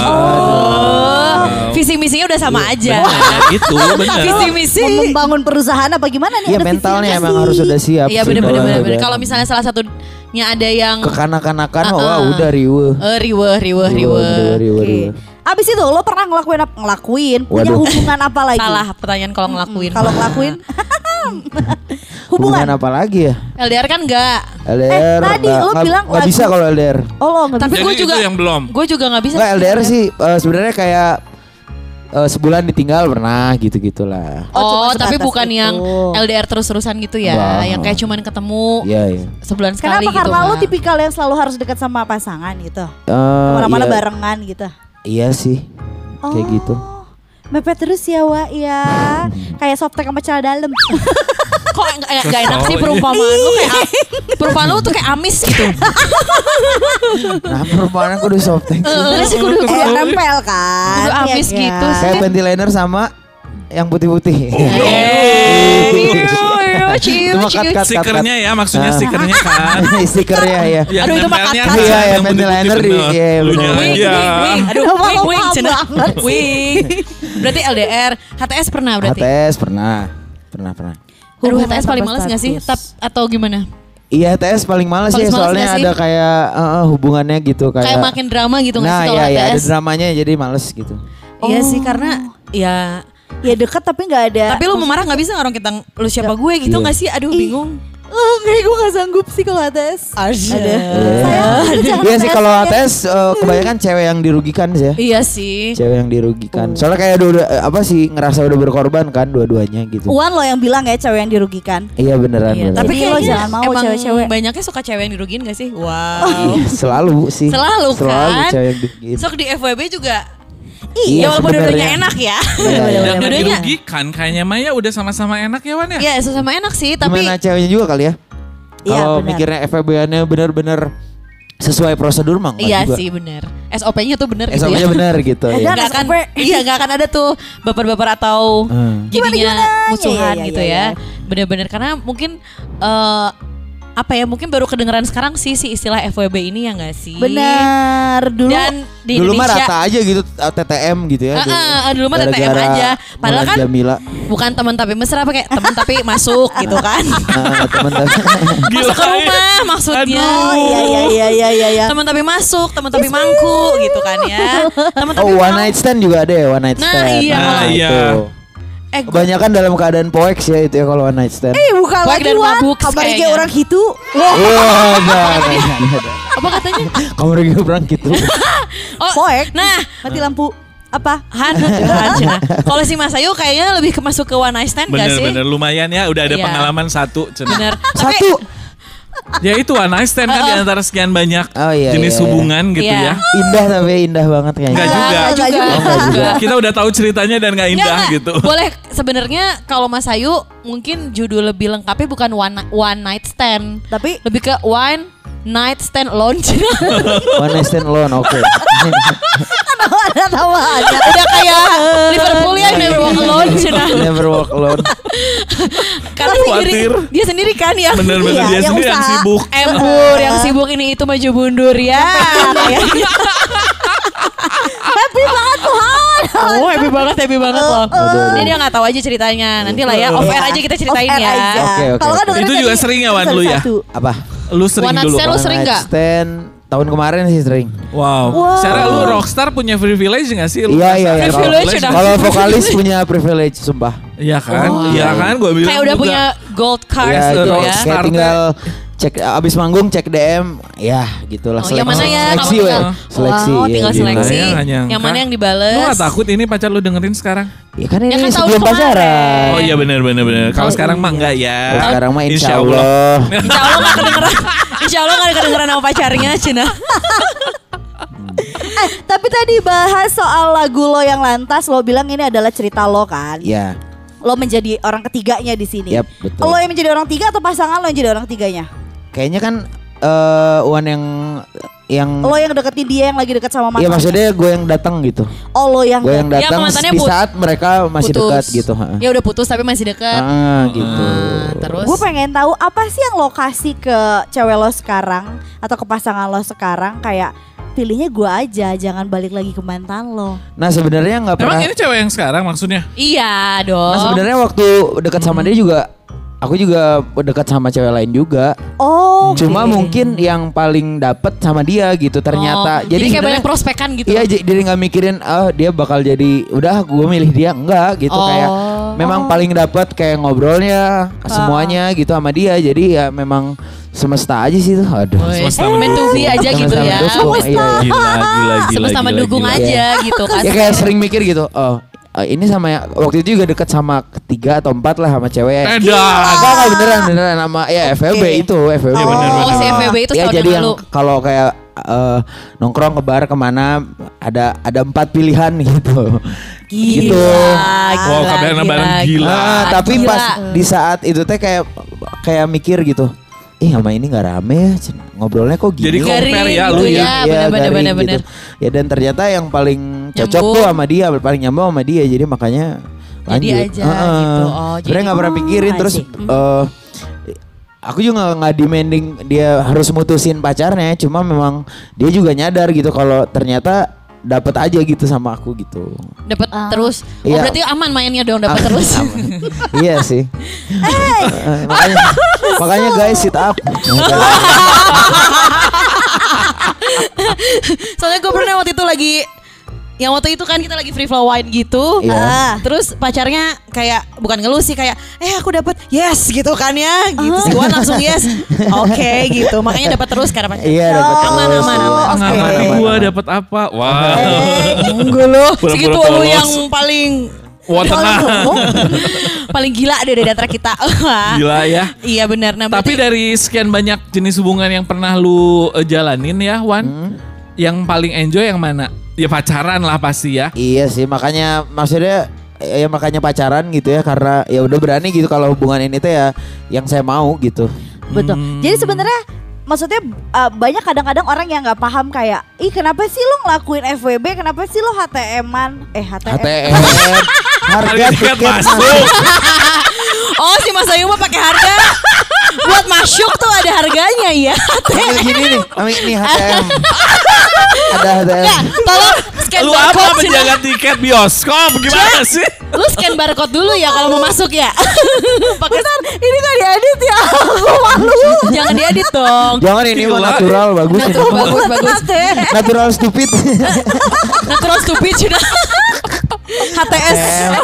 Oh, visi misinya udah sama aja. Bener, gitu bener. Visi misi. Membangun perusahaan apa gimana nih? Iya Ada visi mentalnya misi. emang harus udah siap. Iya sih bener-bener kalau bener-bener. udah Kalau misalnya salah satunya ada yang kekanak-kanakan Uh-uh. wah udah riweuh. eh, riweh riweh Riweuh, riweh. riweuh, Oke. riweuh. Abis itu lo pernah ngelakuin apa? Ngelakuin? Punya Waduh. hubungan apa lagi? Salah pertanyaan kalau ngelakuin. Kalau ngelakuin Hubungan hubungan. apa lagi ya? L D R kan enggak. L D R tadi nggak- lo nggak- bilang nggak lagu- bisa kalau L D R. Oh lo nggak Tapi bisa. gue Jadi juga itu yang belum. Gue juga nggak bisa. Nggak L D R sih eh, sebenarnya kayak eh, sebulan ditinggal pernah gitu-gitulah. Oh, cuma Oh, tapi sebatas bukan itu. yang L D R terus-terusan gitu ya, Nggak. yang kayak cuman ketemu Iya iya. sebulan sekali Kenapa? gitu. Karena lo Mak. tipikal yang selalu harus dekat sama pasangan gitu. Eh, Kemana-mana iya, barengan gitu. Iya sih. Kayak Oh. gitu. Mepet terus ya Wak ya. Kayak softtek sama celana dalam. Kok nggak nggak enak sih Oh, iya. perumpamaan lu kayak perumpamaan lu tuh kayak amis gitu. Nah perempuan aku udah softtek. Enggak sih kudu Eh nempel kan. Kudu ya amis kan? gitu sih. Kayak ventilator sama yang putih-putih. Ciu, Cuma ciu. cut, cut, Stikernya ya maksudnya Ah. stikernya kan. Stikernya ya. Yang Aduh, itu mah nempelnya cut, kan cut. Iya, yang yang ventilator di- bener. iya, Lunya bener. Wing, aja. wing, wing. Aduh, Kenapa wing, lo wing, paham cenah. banget sih? Wing. Berarti L D R, H T S pernah H berarti. T S pernah. Pernah pernah. Aduh, H T S Hubungan paling tanpa males gak sih? status. Tap, atau gimana? Iya H T S paling males Paling ya males soalnya nggak sih? ada kayak eh, eh, hubungannya gitu kayak. Kayak makin drama gitu gak Nah sih kalau iya iya H T ada S? dramanya jadi males gitu. Iya sih karena ya Ya deket tapi nggak ada. tapi lu memarah nggak bisa orang kita lu siapa gue gitu Iya. nggak sih? Aduh Ih. bingung. Oh, kayak gue gak sanggup sih kalau H T S. Ada. Iya. Sayang, lu jangan Iya sih kalau H T ya. S eh, kebanyakan cewek yang dirugikan sih ya. Iya sih. Cewek yang dirugikan. Soalnya kayak udah, udah eh, apa sih ngerasa udah berkorban kan dua-duanya gitu. Wan lo yang bilang ya cewek yang dirugikan. Iya beneran. Iya, beneran. tapi Jadi lo kayaknya jangan mau emang cewek-cewek. banyaknya suka cewek yang dirugiin gak sih? Wow. Iya, selalu sih. Selalu Selalu kan? cewek yang dirugikan. Sok di F W B juga. Iya, ya walaupun sebenarnya. dua-duanya enak ya. Iya, iya. Dan Dua-duanya. dirugikan kayaknya Maya udah sama-sama enak ya Wan ya. Iya, sama enak sih, tapi Gimana ceweknya juga kali ya? Iya, Kalau benar. mikirnya F W B-annya bener-bener sesuai prosedur mah enggak Iya juga. sih bener. S O P-nya tuh bener S gitu O P-nya ya. benar gitu. Ada ya. Nggak akan, S O P. iya nggak akan ada tuh baper-baper atau Hmm. jadinya Gimana, gimana? musuhan Ya, ya, gitu ya, ya. ya. Bener-bener karena mungkin eh, apa ya mungkin baru kedengeran sekarang sih si istilah F W B ini ya nggak sih? Benar. Dulu Dan di Dulu mah Indonesia rata aja gitu T T M gitu ya. Heeh, uh, dulu mah T T M Gara-gara aja. Padahal Mulan kan Jamila. bukan teman tapi mesra apa kayak teman tapi masuk gitu kan. Nah, teman-teman. Masuk ke rumah maksudnya. Oh iya iya iya iya iya. iya. Teman tapi masuk, teman tapi mangku gitu kan ya. Teman tapi Oh, one mau. night stand juga ada ya, one night Nah, stand. iya. Nah, iya. itu. Eh, gua- Kebanyakan dalam keadaan poeks ya itu ya kalau one night stand. Eh bukan Baik lagi dan Wan, mabuk kamar kayaknya. kayak orang gitu. Wah, enggak, enggak, enggak. apa katanya? Kamu lagi berang gitu. Oh, Poek. nah, Mati lampu. Apa? Han, Han, Cina. Kalau si Mas Ayu kayaknya lebih ke masuk ke one night stand gak sih? Bener-bener lumayan ya, udah ada Iya. pengalaman satu. Cenah. Bener. Satu. Ya itu one night stand kan di antara sekian banyak Oh, iya, jenis iya, iya. hubungan gitu Iya. ya. Indah tapi indah banget kayaknya. Enggak juga. Enggak juga. Enggak juga. Enggak. Kita udah tahu ceritanya dan gak indah Enggak, gitu. Boleh sebenarnya kalau Mas Ayu mungkin judul lebih lengkapnya bukan one, one night stand, Tapi lebih ke one night stand alone. One night stand alone, oke. ada tawaannya. Udah kayak Liverpool ya never walk alone Cina. Never walk alone. Karena sendiri, Khawatir. dia sendiri kan yang Bener-bener Iya, dia yang sendiri yang usaha. sibuk. embur, yang sibuk ini itu maju mundur ya. Kayaknya. Happy banget Tuhan. Oh happy banget, happy banget loh. Aduh. Ini dia gak tahu aja ceritanya. Nanti lah ya off air aja kita ceritain Off air ya. aja. Oke, oke, Kalau kan oke. dengerin Itu dari juga sering ya, Wan, episode lu ya? satu. Apa? Lu sering One night dulu. stand lu One sering night nggak? stand tahun kemarin sih sering. Wow. Wow. Secara lu rockstar punya privilege gak sih? Lu Iya iya iya. Kalau- Privilege udah. Kalau vokalis punya privilege sumpah. Iya kan? Oh. Iya kan? Gue bilang Kayak udah juga. punya gold card Ya, gitu gitu. ya. Rockstar. Kayak tinggal cek abis manggung cek D M ya gitulah. Oh, yang mana ya? Seleksi Kamu we. tinggal- Seleksi. Wow, ya, tinggal gitu. seleksi. Saya nggak nyangka. Yang mana yang dibales? Lu gak takut ini pacar lu dengerin sekarang? Ya kan ini Ya kan tahun sebelum kemarin. pacaran. Oh iya benar benar benar. Kalau Oh, sekarang iya. mah enggak ya. Terus sekarang mah insya Allah. Insya Allah gak kedengeran. Insya Allah gak kedengeran sama pacarnya Cina. Eh, tapi tadi bahas soal lagu lo yang lantas, lo bilang ini adalah cerita lo kan? Ya. Lo menjadi orang ketiganya di sini. Yap, betul. Lo yang menjadi orang tiga atau pasangan lo yang jadi orang tiganya? Kayaknya kan eh Wan yang yang Lo yang deketin dia yang lagi deket sama mantannya. Iya maksudnya gue yang datang gitu. Oh lo yang Gue yang Yang datang mantannya di put- saat mereka masih Putus. dekat gitu. ha. Ya udah putus tapi masih dekat. Ah gitu. Ah, terus Gue pengen tahu apa sih yang lo kasih ke cewek lo sekarang atau ke pasangan lo sekarang, kayak pilihnya gue aja, jangan balik lagi ke mantan lo. Nah sebenarnya nggak Emang pernah. ini cewek yang sekarang maksudnya? Iya dong. Nah sebenarnya waktu dekat sama dia juga, aku juga dekat sama cewek lain juga. Oh. Cuma oke. mungkin yang paling dapet sama dia gitu ternyata. Oh, jadi, kayak sebenarnya- banyak prospekan gitu. Iya j- jadi nggak mikirin oh dia bakal jadi udah gue milih dia enggak gitu Oh. kayak memang paling dapet kayak ngobrolnya semuanya gitu sama dia, jadi ya memang semesta aja sih tuh. Aduh. Woi, Semesta meant to be aja gitu Semesta ya. mendukung, iya, iya. Gila gila gila. Sama-sama gila, dukung gila. aja gitu kan. Ya kayak sering mikir gitu. Oh eh, ini sama ya waktu itu juga deket sama ketiga atau empat lah sama cewek. Edan. Enggak, enggak beneran beneran sama ya F W B Oke. itu F W B. Iya, bener, Oh, bener. si F W B itu Ya setahun jadi yang yang lalu. kalau kayak eh, nongkrong ke bar kemana ada ada empat pilihan gitu. Gitu. Wow, kabarnya bareng gila. Ah, tapi Gila. pas di saat itu teh kayak kayak mikir gitu. Ih sama ini nggak rame ya, Cen. Ngobrolnya kok gini. Jadi compare Garing ya gitu lu ya. ya. bener, bener, garing bener, bener. Ya dan ternyata yang paling cocok Nyambung. tuh sama dia, paling nyambung sama dia. Jadi makanya Jadi lanjut. aja Heeh. gitu. Oh, Sebenarnya jadi- nggak pernah pikirin Oh, terus. I see. eh, aku juga nggak- nggak demanding dia harus mutusin pacarnya. Cuma memang dia juga nyadar gitu kalau ternyata dapat aja gitu sama aku gitu. Dapat terus. Oh Iya. berarti aman mainnya dong dapat Aman, terus. aman. Iya sih. Eh, makanya, makanya guys sit up. Soalnya gue pernah waktu itu lagi yang waktu itu kan kita lagi free flow wine gitu. Iya. Ah, terus pacarnya kayak bukan ngeluh sih kayak eh aku dapat yes gitu kan ya. Gitu si Wan langsung yes. Oke gitu. Makanya dapat terus karena pacar. Iya dapat Aman, terus. aman, aman. Oke. Nggak mati gua dapat apa? Wow. Enggak loh. Pura-pura Segitu lu polos. yang paling Wah tengah. paling gila deh dari antara kita. Gila ya. Iya benar. Nah, Tapi berarti- dari sekian banyak jenis hubungan yang pernah lu eh, jalanin ya, Wan, Hmm. yang paling enjoy yang mana? Ya pacaran lah pasti ya. Iya sih makanya maksudnya ya makanya pacaran gitu ya karena ya udah berani gitu kalau hubungan ini tuh ya yang saya mau gitu. Betul. Hmm. Jadi sebenarnya maksudnya uh, banyak kadang-kadang orang yang nggak paham kayak, ih kenapa sih lo ngelakuin F W B, kenapa sih lo H T M-an, eh H T M, H T M harga tiket masuk. Oh si Mas Ayu mah pakai harga. Buat masuk tuh ada harganya ya. Kayak gini nih, Ami ini H T M. Ada H T M. Nggak, tolong scan Lu barcode. apa menjaga tiket bioskop? Gimana sih? Lu scan barcode dulu ya kalau mau masuk ya. Bentar, ini gak diedit ya, aku malu. Jangan diedit dong. Jangan ini mah Gila. natural bagus. Natural, bagus bagus. Natural stupid. Natural stupid sudah. H T S.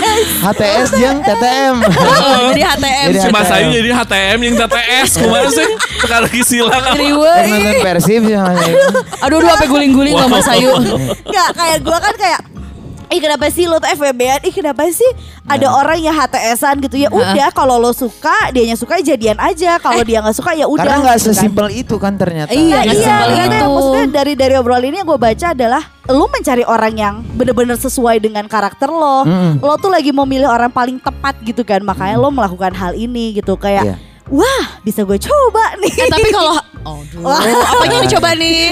H T S jeung T T M. Oh, jadi H T M. Jadi Si Mas H T M. Ayu jadi H T M yang T T S. Kumaha sih? Sekarang lagi silang. Riwe. Kan nonton Persib sih Mas Ayu. Aduh aduh apa guling-guling sama Mas Ayu. Nggak, kayak gue kan kayak, ih kenapa sih lo tuh F W B-an, ih kenapa sih ada orang yang H T S-an gitu ya. Udah kalau lo suka, dianya suka jadian aja. Kalau dia nggak suka ya udah. Karena nggak gitu kan. sesimpel itu kan ternyata. Iya, Nah, nggak iya, sesimpel karena itu. maksudnya dari dari obrolan ini yang gue baca adalah lu mencari orang yang bener-bener sesuai dengan karakter lo. Mm-mm. Lo tuh lagi mau milih orang paling tepat gitu kan, makanya lo melakukan hal ini gitu kayak. Iya. Wah, bisa gue coba nih. Eh, tapi kalau oh, apanya yang dicoba nih?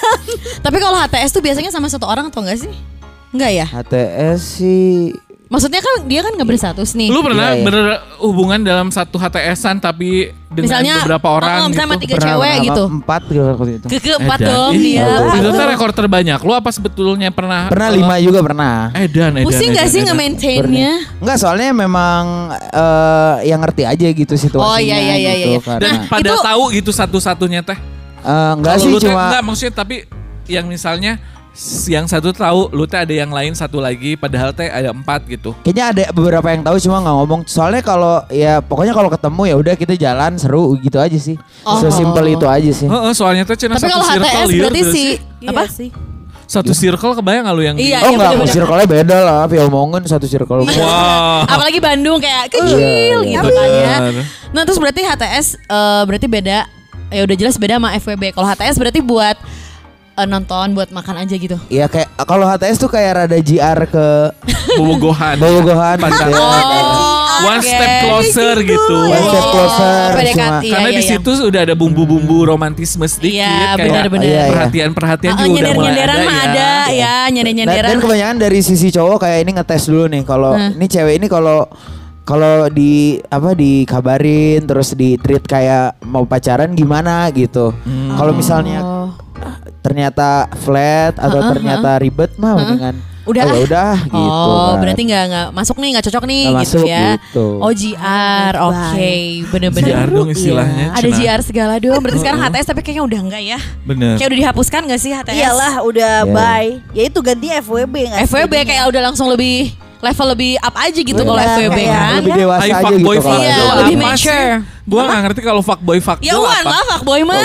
Tapi kalau H T S tuh biasanya sama satu orang atau enggak sih? Enggak ya? H T S sih Maksudnya kan dia kan nggak berstatus nih. Lu pernah Iya, iya. berhubungan dalam satu H T S-an tapi dengan Misalnya, beberapa oh, orang misalnya sama gitu? tiga pernah cewek sama gitu. Empat gitu waktu itu. Ke keempat Edan. dong Ih, dia. Itu tuh rekor terbanyak. Lu apa sebetulnya pernah? Pernah uh, lima juga pernah. Edan, edan. Pusing edan, gak sih edan. nge-maintainnya? Enggak, soalnya memang eh, yang ngerti aja gitu situasinya. Oh, iya, iya, iya, gitu, iya. karena- Dan pada itu- tahu gitu satu-satunya teh. Eh, enggak Kalau sih lu teh cuma enggak maksudnya tapi yang misalnya s- yang satu tahu, lu teh ada yang lain satu lagi padahal teh ada empat gitu. kayaknya ada beberapa yang tahu cuma nggak ngomong. Soalnya kalau ya pokoknya kalau ketemu ya udah kita jalan seru gitu aja sih. Oh. Sesimpel itu aja sih. Heeh, soalnya teh cenah Tapi satu kalau H T circle S liur berarti tuh si apa? Iya sih. Satu circle kebayang gak lu yang Iya, di- Oh enggak, bener-bener. circle-nya beda lah. Ya omongin satu circle. Wah. Apalagi Bandung kayak kecil Iya, gitu iya. kan ya. Bener. Nah terus berarti H T S eh, berarti beda. Ya udah jelas beda sama F W B. Kalau H T S berarti buat eh, nonton, buat makan aja gitu. Iya kayak kalau H T S tuh kayak rada J R ke Bobogohan. Bobogohan gitu ya. Oh, One oke. step closer gitu. One step closer. P D K T, cuma- iya, Karena iya, di iya. situ udah ada bumbu-bumbu romantisme sedikit Iya, kayak benar-benar. Iya, iya. perhatian-perhatian Oh, juga udah mulai nyender-nyenderan ada mah ya. ada ya, Dan, nyender-nyenderan. dan kebanyakan dari sisi cowok kayak ini ngetes dulu nih kalau Hah. ini cewek ini kalau kalau di apa dikabarin terus di treat kayak mau pacaran gimana gitu. Hmm. Kalau misalnya Oh. ternyata flat atau Heeh, ternyata ribet mah mendingan Udah oh, ya ah. udah gitu. Oh, kan. berarti nggak nggak masuk nih, nggak cocok nih Nggak gitu masuk ya. gitu. Oh G R, oke, bener-bener. G R dong istilahnya. Ada Cenah. G R segala dong. Berarti sekarang H T S tapi kayaknya udah enggak ya. Bener. Kayak udah dihapuskan gak sih H T S? Iyalah udah Iya. bye. Ya itu ganti F W B nggak sih F W B jadinya? kayak udah langsung lebih level lebih up aja gitu Iya, kalau F W B kayak- kan. lebih dewasa Hai aja fuckboy gitu kalau Iya, fuckgirl lebih apa mature. sih? Gua gak ngerti kalau fuckboy fuckgirl Ya Wan apa. lah fuckboy mah.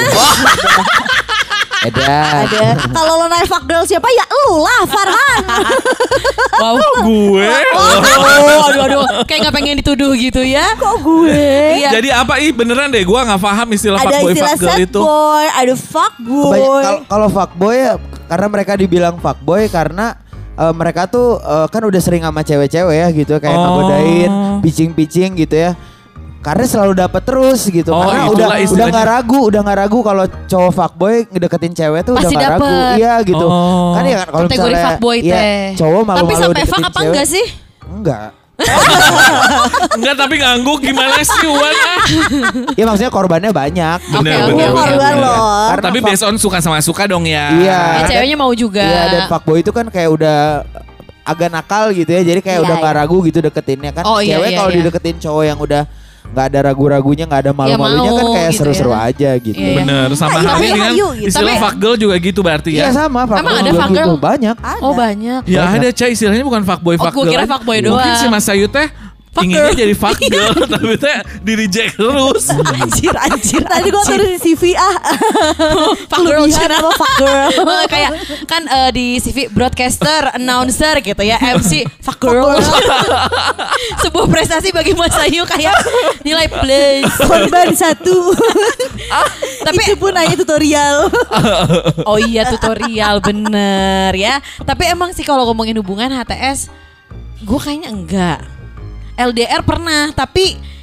Edan. Ada. Kalau lo naik fuck girl siapa ya lu lah Farhan. Wow. Gue. Oh, aduh aduh, kayak nggak pengen dituduh gitu ya. Kok gue? Iya. Jadi apa ih beneran deh gua gak paham istilah Ada fuckboy istilah fuckgirl sad itu. boy, ada fuck Kebanyak- boy. kalau- Kalau fuckboy ya, karena mereka dibilang fuckboy karena eh, mereka tuh eh, kan udah sering sama cewek-cewek ya gitu kayak Oh. ngegodain, pitching-pitching gitu ya. Karena selalu dapat terus gitu. Oh, Karena itulah udah udah istilahnya. nggak ragu, udah nggak ragu kalau cowok fuckboy ngedeketin cewek tuh Pasti udah nggak ragu. dapet. Iya gitu. Oh. Kan ya kan kalau Kategori misalnya fuckboy ya, teh. cowok malu-malu Tapi sampai deketin fuck apa cewek. enggak sih? Enggak. Enggak tapi ngangguk gimana sih Wan? Ya maksudnya korbannya banyak. Bener, Oke, bener, oke, bener, oke. Korban bener. loh. Karena Tapi fuck- based on suka sama suka dong ya. Iya. Ya, Dan- ceweknya mau juga. Iya, dan fuckboy itu kan kayak udah agak nakal gitu ya. Jadi kayak Iya, udah nggak iya. ragu gitu deketinnya kan. Oh, iya, Cewek iya, kalau iya. dideketin cowok yang udah nggak ada ragu-ragunya, nggak ada malu-malunya mau kan kayak gitu seru-seru ya. aja gitu. Iya. Bener, sama Hayu, halnya hayu, dengan hayu gitu. istilah Tapi- fuckgirl juga gitu berarti Iya ya. sama. Emang fuckboy ada juga fuckgirl? gitu. Banyak. Oh banyak. Ya ada Cah istilahnya bukan fuckboy Oh, gua fuckgirl. kira fuckboy Mungkin doang. si Mas Ayu teh inginnya jadi fuckgirl tapi teh di reject terus. Anjir anjir. Tadi gue tulis di C V ah. Fuck girl Kelebihan Cina. apa fuck girl. Oh, kayak kan eh, di C V broadcaster, announcer gitu ya, M C fuck girl. Sebuah prestasi bagi Mas Ayu kayak nilai plus. Korban satu. Tapi Itu pun hanya tutorial. oh iya tutorial bener ya. Tapi emang sih kalau ngomongin hubungan H T S, gue kayaknya enggak. L D R pernah, tapi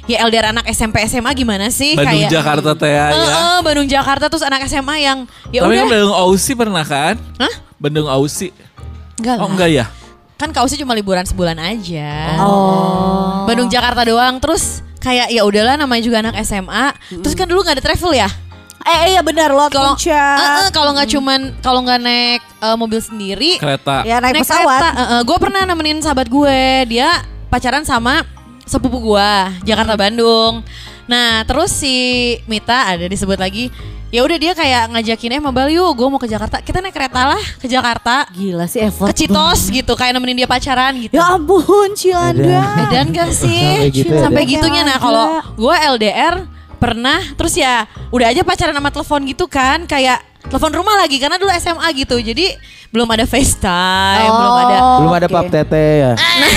ya L D R anak S M P S M A gimana sih? Bandung kayak, Jakarta teh ya. Eh, eh, Bandung Jakarta terus anak S M A yang ya Tapi udah. kan Bandung Aussie pernah kan? Hah? Bandung Aussie. Enggak Oh lah. enggak ya? Kan Kausi cuma liburan sebulan aja. Oh. Bandung Jakarta doang terus kayak ya udahlah namanya juga anak S M A. Terus kan dulu nggak ada travel ya? Eh iya benar lot Kalau puncak. eh, eh, kalau nggak cuman kalau nggak naik eh, mobil sendiri, Kereta. Ya naik, pesawat. gue pernah nemenin sahabat gue, dia pacaran sama sepupu gue, Jakarta Bandung. Nah terus si Mita ada disebut lagi. Ya udah dia kayak ngajakin eh Mabal yuk, gue mau ke Jakarta. Kita naik kereta lah ke Jakarta. Gila sih effort. Ke Citos gitu, kayak nemenin dia pacaran gitu. Ya ampun Cilanda. Edan gak sih? Sampai gitu ya, Sampai Dan? gitunya. Nah kalau gue L D R pernah, terus ya udah aja pacaran sama telepon gitu kan, kayak telepon rumah lagi karena dulu S M A gitu, jadi belum ada FaceTime, Oh. belum ada Belum ada Oke. pap tete ya.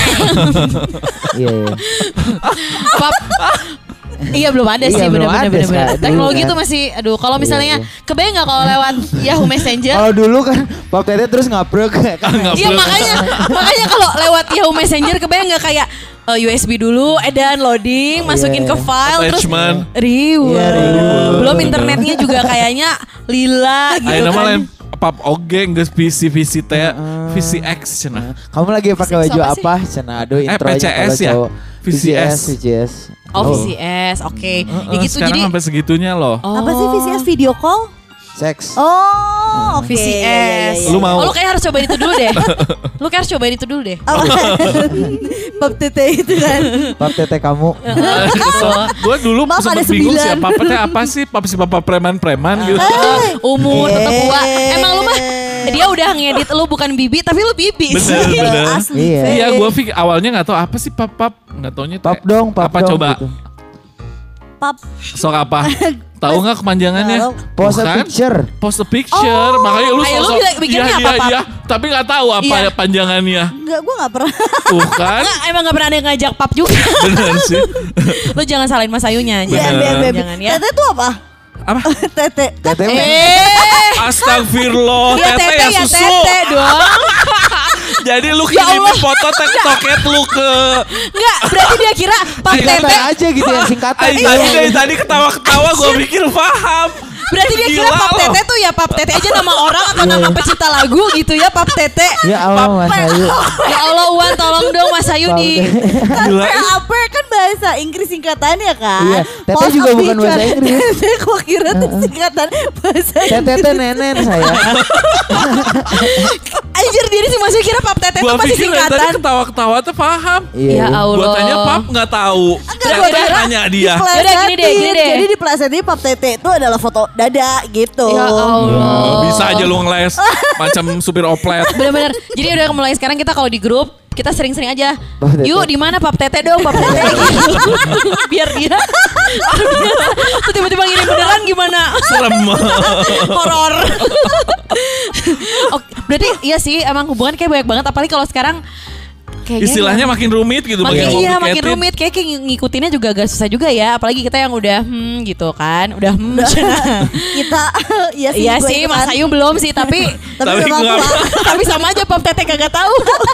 Iya, iya. pap. Iya belum ada Iya, sih, belum bener-bener ada bener, sekarang. bener. Teknologi Dulu tuh kan. masih, aduh kalau misalnya Iya, kebayang nggak kalau lewat Yahoo Messenger? Kalau dulu kan pap tete terus ngabrek. Iya makanya, makanya kalau lewat Yahoo Messenger kebayang nggak kayak eh, U S B dulu, edan loading, masukin ke file, terus Attachment. riweuh. Iya, riweuh. Belum internetnya juga kayaknya lila gitu Ayo nama kan. lain pap oge geus V C V C teh V C X cenah. Kamu lagi pakai baju Apa sih? apa? Cina aduh Eh, intro P C S ya? V C S. V C S. Oh, V C S, oke. Ya Eh, gitu sekarang jadi. sampai segitunya loh. Oh. Apa sih V C S video call? Seks. Oh, oke. V C S. Iya, iya, iya, Lu iya. mau? Oh, lu kayak harus cobain itu dulu deh. Lu kayak harus cobain itu dulu deh. Apa? Pap tete itu kan. Pap tete kamu. Gue dulu Maaf, ada sempat bingung sih sembilan. apa teh apa sih pap si papa preman-preman gitu. Umur tetap tua. Eh. Emang lu mah dia udah ngedit lu bukan bibi tapi lu bibi Bener, sih. bener. Asli. Iya. Fe. Iya, gue pikir awalnya nggak tahu apa sih pap pap, nggak taunya teh. Pap dong, pap apa dong, coba? gitu. Pap. Sok apa? Tahu nggak kepanjangannya? Tahu. Pose a Bukan? picture. Post a picture, makanya lu Ayo, lu sosok bilang- bikinnya iya, apa, iya, Pap? iya, tapi nggak tahu apa Iya. panjangannya. Enggak, gue gak pernah. Tuh kan, Enggak, emang gak pernah ada yang ngajak pap juga. bener sih. Lu jangan salahin Mas Ayunya. Iya, Jangan, Beb, Beb. jangan ya. Tete itu apa? Apa? Tete. Tete mah. Eh, Astagfirullah, ya tete tete ya ya susu. tete dong. Jadi lu Ya kirimin Allah. foto tek toket lu ke Enggak, berarti dia kira pap Singkatan tete. aja gitu ya singkatan. Ay, tadi dari tadi ketawa-ketawa gue pikir paham. Berarti dia kira Gila pap lo. tete tuh ya pap tete aja nama orang atau nama pecinta lagu gitu ya pap tete. Ya Allah Mas Ayu. Ya Allah Uwan tolong dong Mas Ayu Pap di Gila. P A P kan bahasa Inggris singkatannya kan. Iya, Tete Post juga a bukan picture. bahasa Inggris. Tete gua kira tuh singkatan bahasa Tete teh nenen saya. Anjir diri sih masih kira pap tete Gue itu masih pikir dari tadi singkatan. ketawa-ketawa tuh paham. Iya. Ya iya. Allah. Gue tanya pap nggak tahu. Enggak, Tete gua kira nanya dia. Yaudah, gini deh, gini deh. Jadi di plesetnya pap tete itu adalah foto dada gitu. Ya Allah. Oh, bisa aja lu ngeles macam supir oplet. Bener-bener. Jadi udah mulai sekarang kita kalau di grup kita sering-sering aja. Pap tete. Yuk di mana pap tete dong, pap tete. Gitu. Biar dia terbiasa. Tuh tiba-tiba ngirim beneran gimana? Serem. Horor. Oke, berarti iya sih emang hubungan kayak banyak banget apalagi kalau sekarang kayaknya Istilahnya yang- makin rumit gitu. makin iya makin complicated. rumit kayak, kayak ngikutinnya juga agak susah juga ya apalagi kita yang udah hmm gitu kan udah hmm. Kita iya sih. Iya gua sih ikutan. Mas Ayu belum sih tapi Tapi Tapi udah gua- ngaku. tapi sama aja pap tete kagak tahu.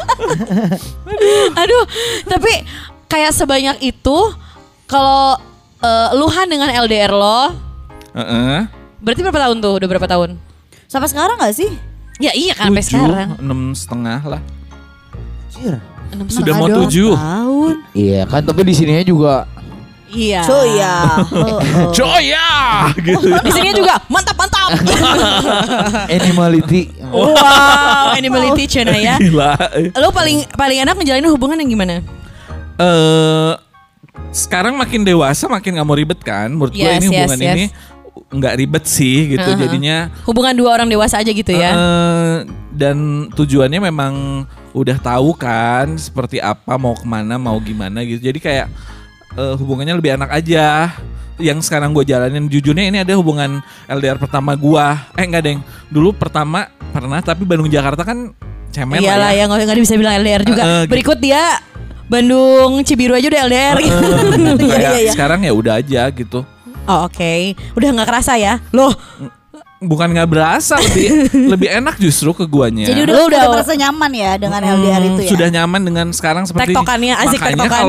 Aduh, tapi kayak sebanyak itu kalau eh, luhan dengan L D R lo, Heeh. berarti berapa tahun tuh? Udah berapa tahun? Sampai sekarang gak sih? Ya iya kan sampai Tujuh, sekarang. enam setengah lah. Anjir. enam Sudah mau Setengah dua tujuh. tahun. Iya kan tapi di sininya juga Iya. So ya. Oh, oh. Joya gitu. Di sini juga mantap mantap. animality. Wow, animality Cina ya. Gila. Lo paling paling enak ngejalanin hubungan yang gimana? Eh sekarang makin dewasa makin nggak mau ribet kan. Menurut gue Yes, ini yes, hubungan yes. ini nggak ribet sih gitu. Uh-huh. Jadinya Hubungan dua orang dewasa aja gitu ya. eh, dan tujuannya memang udah tahu kan seperti apa, mau kemana, mau gimana gitu. Jadi kayak eh, hubungannya lebih enak aja. Yang sekarang gue jalanin jujurnya ini ada hubungan L D R pertama gue. Eh enggak deng. Dulu pertama pernah tapi Bandung Jakarta kan cemen Iyalah lah ya. ya nggak nggak bisa bilang L D R juga. Uh, uh, gitu. Berikut dia Bandung Cibiru aja udah L D R gitu. Kayak Iya, iya. sekarang ya udah aja gitu. Oh oke, udah nggak kerasa ya? Loh, Bukan nggak berasa lebih lebih enak justru ke guanya. Jadi udah, Lu udah udah- merasa nyaman ya dengan L D R itu ya. Sudah nyaman dengan sekarang seperti Tektokannya, asik makanya tektokan. kalau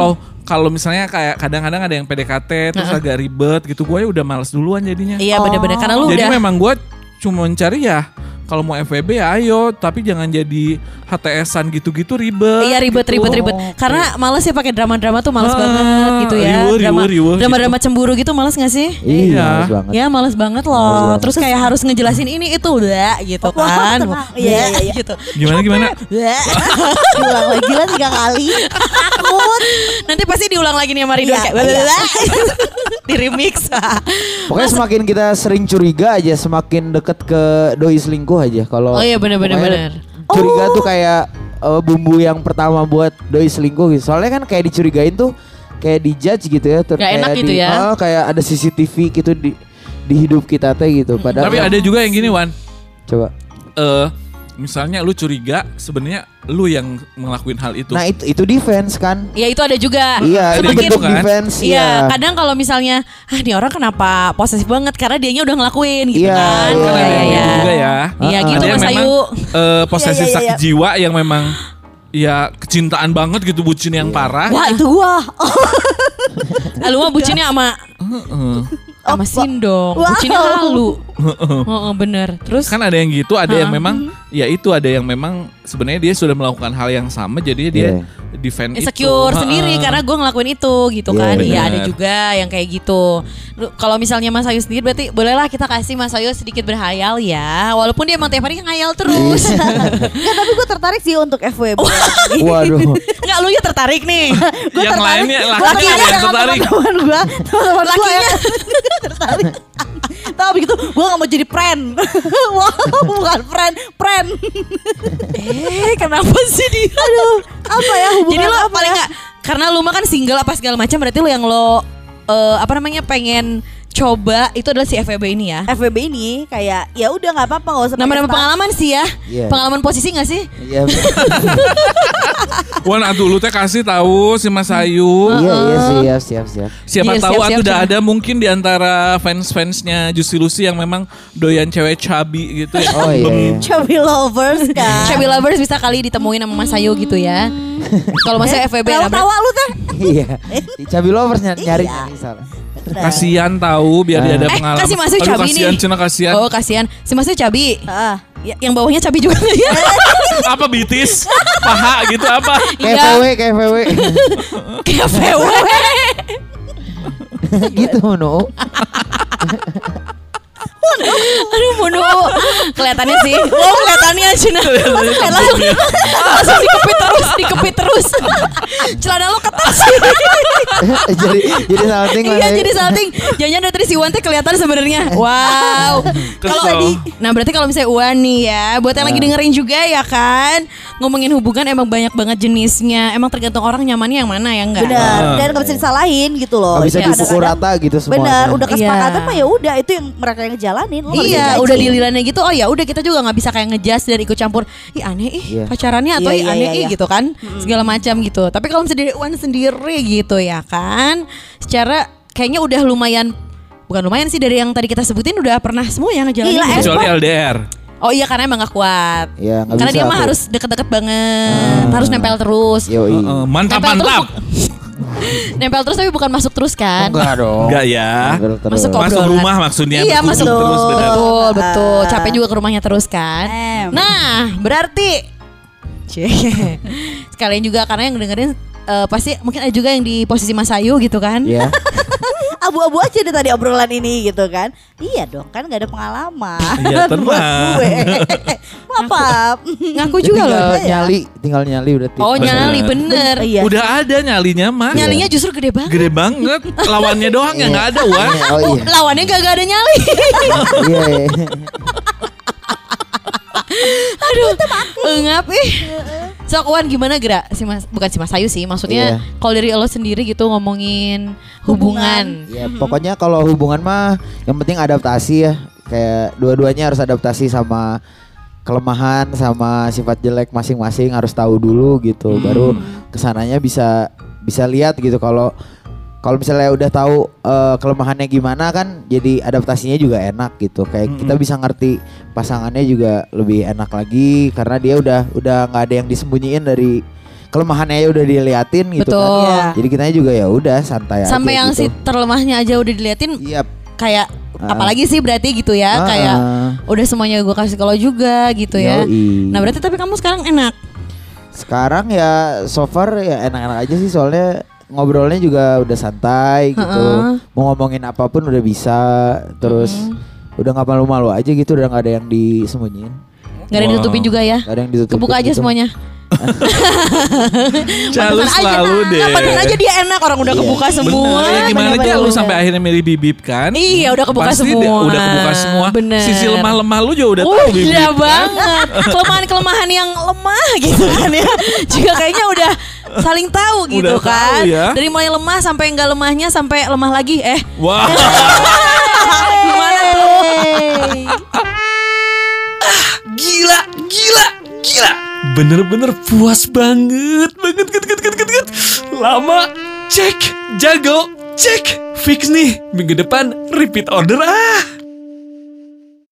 kalau misalnya kayak kadang-kadang ada yang P D K T terus uh-uh. agak ribet gitu, gue ya udah males duluan jadinya. Iya bener-bener karena lu jadi udah. Jadi memang gue cuma mencari ya kalau mau F W B ya ayo, tapi jangan jadi H T S-an gitu-gitu ribet. Iya ribet gitu. ribet ribet. Karena males ya pakai drama-drama tuh males Ah, banget gitu ya. riweuh, drama riweuh, riweuh drama-drama cemburu gitu males gak sih? Iya, males banget. Ya males banget loh. Males banget. Terus kayak harus ngejelasin ini itu udah gitu Wah, kan. tenang. Iya, iya, iya. gitu. Gimana gimana? Diulang lagi lah tiga kali. Takut. Nanti pasti diulang lagi nih sama Ridwan Iya, kayak iya. blablabla. Di remix. Pokoknya semakin kita sering curiga aja, semakin deket ke doi selingkuh aja. Kalau Oh iya bener-bener pokoknya bener. Curiga tuh kayak uh, bumbu yang pertama buat doi selingkuh gitu. Soalnya kan kayak dicurigain tuh kayak dijudge gitu ya. Ter- Gak enak kayak gitu di- ya. ah, kayak ada C C T V gitu di di hidup kita teh gitu. Padahal Tapi ada juga yang gini Wan. coba. Eh misalnya lu curiga sebenarnya lu yang ngelakuin hal itu. Nah itu itu defense kan. Ya itu ada juga. Iya, itu Semakin- bentuk kan? defense. Iya, Iya. kadang kalau misalnya, ah nih orang kenapa posesif banget karena dianya udah ngelakuin gitu Iya, kan. iya, Kan ada yang iya. gitu juga ya. Iya Ah, gitu Ada yang Mas memang Ayu. eh, posesif Iya, iya, iya, sakit iya. jiwa yang memang ya kecintaan banget gitu, bucin yang parah. Wah itu gua. Ah, lu mah bucinnya sama sama Sindong. Wow. Bucinnya halu. Heeh, bener. Terus Kan ada yang gitu, ada yang Ah. memang ya itu ada yang memang sebenarnya dia sudah melakukan hal yang sama, jadi dia Iya. defend itu. insecure sendiri Heeh. karena gue ngelakuin itu gitu Iya, kan. Iya bener. ada juga yang kayak gitu. Lu- Kalau misalnya Mas Ayu sendiri berarti bolehlah kita kasih Mas Ayu sedikit berhayal ya. Walaupun dia emang tiap hari ngayal terus. Nggak, tapi gue tertarik sih untuk F W B. Waduh. Enggak lu ya tertarik nih. yang lainnya Gue laki tertarik yang sama tertarik. teman-teman gue. Teman-teman gue yang tertarik. Tahu begitu, gue gak mau jadi friend. Wow, bukan friend, friend. Eh kenapa sih dia? Aduh, apa ya hubungan Jadi lo apa paling ya? nggak karena lu mah kan single apa segala macam berarti lo yang lo eh, apa namanya pengen coba itu adalah si F W B ini ya. F W B ini kayak ya udah nggak apa-apa nggak usah. Nama-nama pakai pengalaman sih ya. Iya. Pengalaman posisi gak sih? Iya. Wan atuh lu teh kasih tahu si Mas Ayu. Iya iya siap siap siap. Siapa Iya, tahu siap, atuh siap, udah siap. ada mungkin di antara fans-fansnya Juicy Lucy yang memang doyan cewek cabi gitu ya. Oh iya. iya. Chubby lovers kan. Chubby lovers bisa kali ditemuin sama Mas Ayu gitu ya. Kalau Mas Ayu F W B Tahu nah, tawa lu teh. Iya. Di Cabi Lovers ny- nyari Iya. nyari salah. Kasian tahu biar dia ada Eh, pengalaman. kasih Mas Ayu Aduh, cabi kasihan, nih. Cina kasihan. Oh kasihan. Si Mas Ayu cabi. Ah. Ya, yang bawahnya cabi juga nggak ya? Apa bitis? Paha gitu apa? Kayak Iya. V W kayak V W. Kayak V W. Gitu no. Aduh Munu. Kelihatannya sih. Oh kelihatannya Cina. Langsung, langsung dikepit terus, dikepit terus. Celana lo ketat sih. jadi jadi salting lah. Iya ya. jadi salting. Jangan dari tadi si Wan teh kelihatan sebenarnya. Wow. Kalau Kesel. di, nah berarti kalau misalnya Wan nih ya, buat yang lagi dengerin juga ya kan, ngomongin hubungan emang banyak banget jenisnya. Emang tergantung orang nyamannya yang mana ya enggak. Benar, dan gak bisa disalahin gitu loh. Nggak bisa Ya, dipukul kadang-kadang- rata gitu semuanya. Benar, udah kesepakatan Iya. mah ya udah itu yang mereka yang ngejalanin. Lo nggak bisa Iya, judging. udah dililannya gitu. Oh ya, udah kita juga nggak bisa kayak ngejas dan ikut campur. Ih aneh ih Iya. pacarannya atau Iya, ih iya, aneh iya, ih iya. gitu kan, segala macam gitu. Tapi kalau misalnya dari Wan sendiri gitu ya kan, secara kayaknya udah lumayan, bukan lumayan sih dari yang tadi kita sebutin udah pernah semua ya ngejalanin. Gila, ya. Kecuali L D R. Oh iya karena emang gak kuat. Iya, nggak Karena bisa dia mah aku. harus deket-deket banget, harus nempel terus. Yoi. Heeh, mantap Nempel terus mantap. Nempel terus tapi bukan masuk terus kan? Enggak dong. Enggak ya. Nempel terus. Masuk kok. Masuk Obrolan. rumah maksudnya. Iya berkunjung masuk terus benar. betul betul. Ah. Capek juga ke rumahnya terus kan. Em. Nah berarti Cie. Sekalian juga karena yang dengerin eh, pasti mungkin ada juga yang di posisi Mas Ayu gitu kan. Iya. Abu-abu aja deh tadi obrolan ini gitu kan. Iya dong kan gak ada pengalaman. Iya, tenang. Buat gue. Apa? Ngaku juga tinggal loh. nyali, tinggal nyali berarti. Oh nyali bener. Iya. Udah ada nyalinya mah. Nyalinya justru gede banget. Gede banget. Lawannya doang yang nggak ada Wan. Iya, oh iya. Lawannya gak, gak ada nyali. Iya. iya. Aduh, engap ih. Sok Wan gimana gerak si Mas, bukan si Mas Ayu sih, maksudnya Iya. kalau dari lo sendiri gitu ngomongin hubungan. Ya pokoknya kalau hubungan mah yang penting adaptasi ya. Kayak dua-duanya harus adaptasi sama kelemahan sama sifat jelek masing-masing, harus tahu dulu gitu. Baru kesananya bisa bisa lihat gitu. Kalau kalau misalnya udah tahu eh, kelemahannya gimana kan, jadi adaptasinya juga enak gitu. Kayak kita bisa ngerti pasangannya juga lebih enak lagi karena dia udah udah nggak ada yang disembunyiin dari kelemahannya ya udah diliatin gitu Betul. kan. Iya. Jadi kitanya juga ya udah santai aja. Sampai yang gitu. si terlemahnya aja udah diliatin Iya. kayak Ah. apalagi sih berarti gitu ya, Ah, kayak ah. udah semuanya gue kasih ke lo juga gitu ya. Yoi. Nah berarti tapi kamu sekarang enak. Sekarang ya so far ya enak-enak aja sih soalnya ngobrolnya juga udah santai gitu. Heeh. Mau ngomongin apapun udah bisa. Terus udah nggak malu-malu aja gitu, udah nggak ada yang disembunyiin. Gak ada yang ditutupin juga ya. Gak ada yang ditutupin. Kebuka aja gitu. semuanya. Jalu Pantesan selalu aja, deh. Nah, pantesan aja dia enak, orang udah Iya. kebuka semua. Bener, ya gimana bener, aja lu bener. sampai akhirnya milih bibip kan? Iya, udah kebuka Pasti semua. dia udah kebuka semua. Bener. Sisi lemah-lemah lu juga udah Uh, tahu bibip. iya kan? banget. Kelemahan-kelemahan yang lemah gitu kan ya. Juga kayaknya udah saling tahu gitu Udah tahu kan. ya. Dari mulai lemah sampai enggak lemahnya sampai lemah lagi. Eh, Wah. gimana tuh? Gila, gila, gila. Bener-bener puas banget, banget, banget, banget, banget, banget. Lama, cek, jago, cek. Fix nih, minggu depan repeat order ah.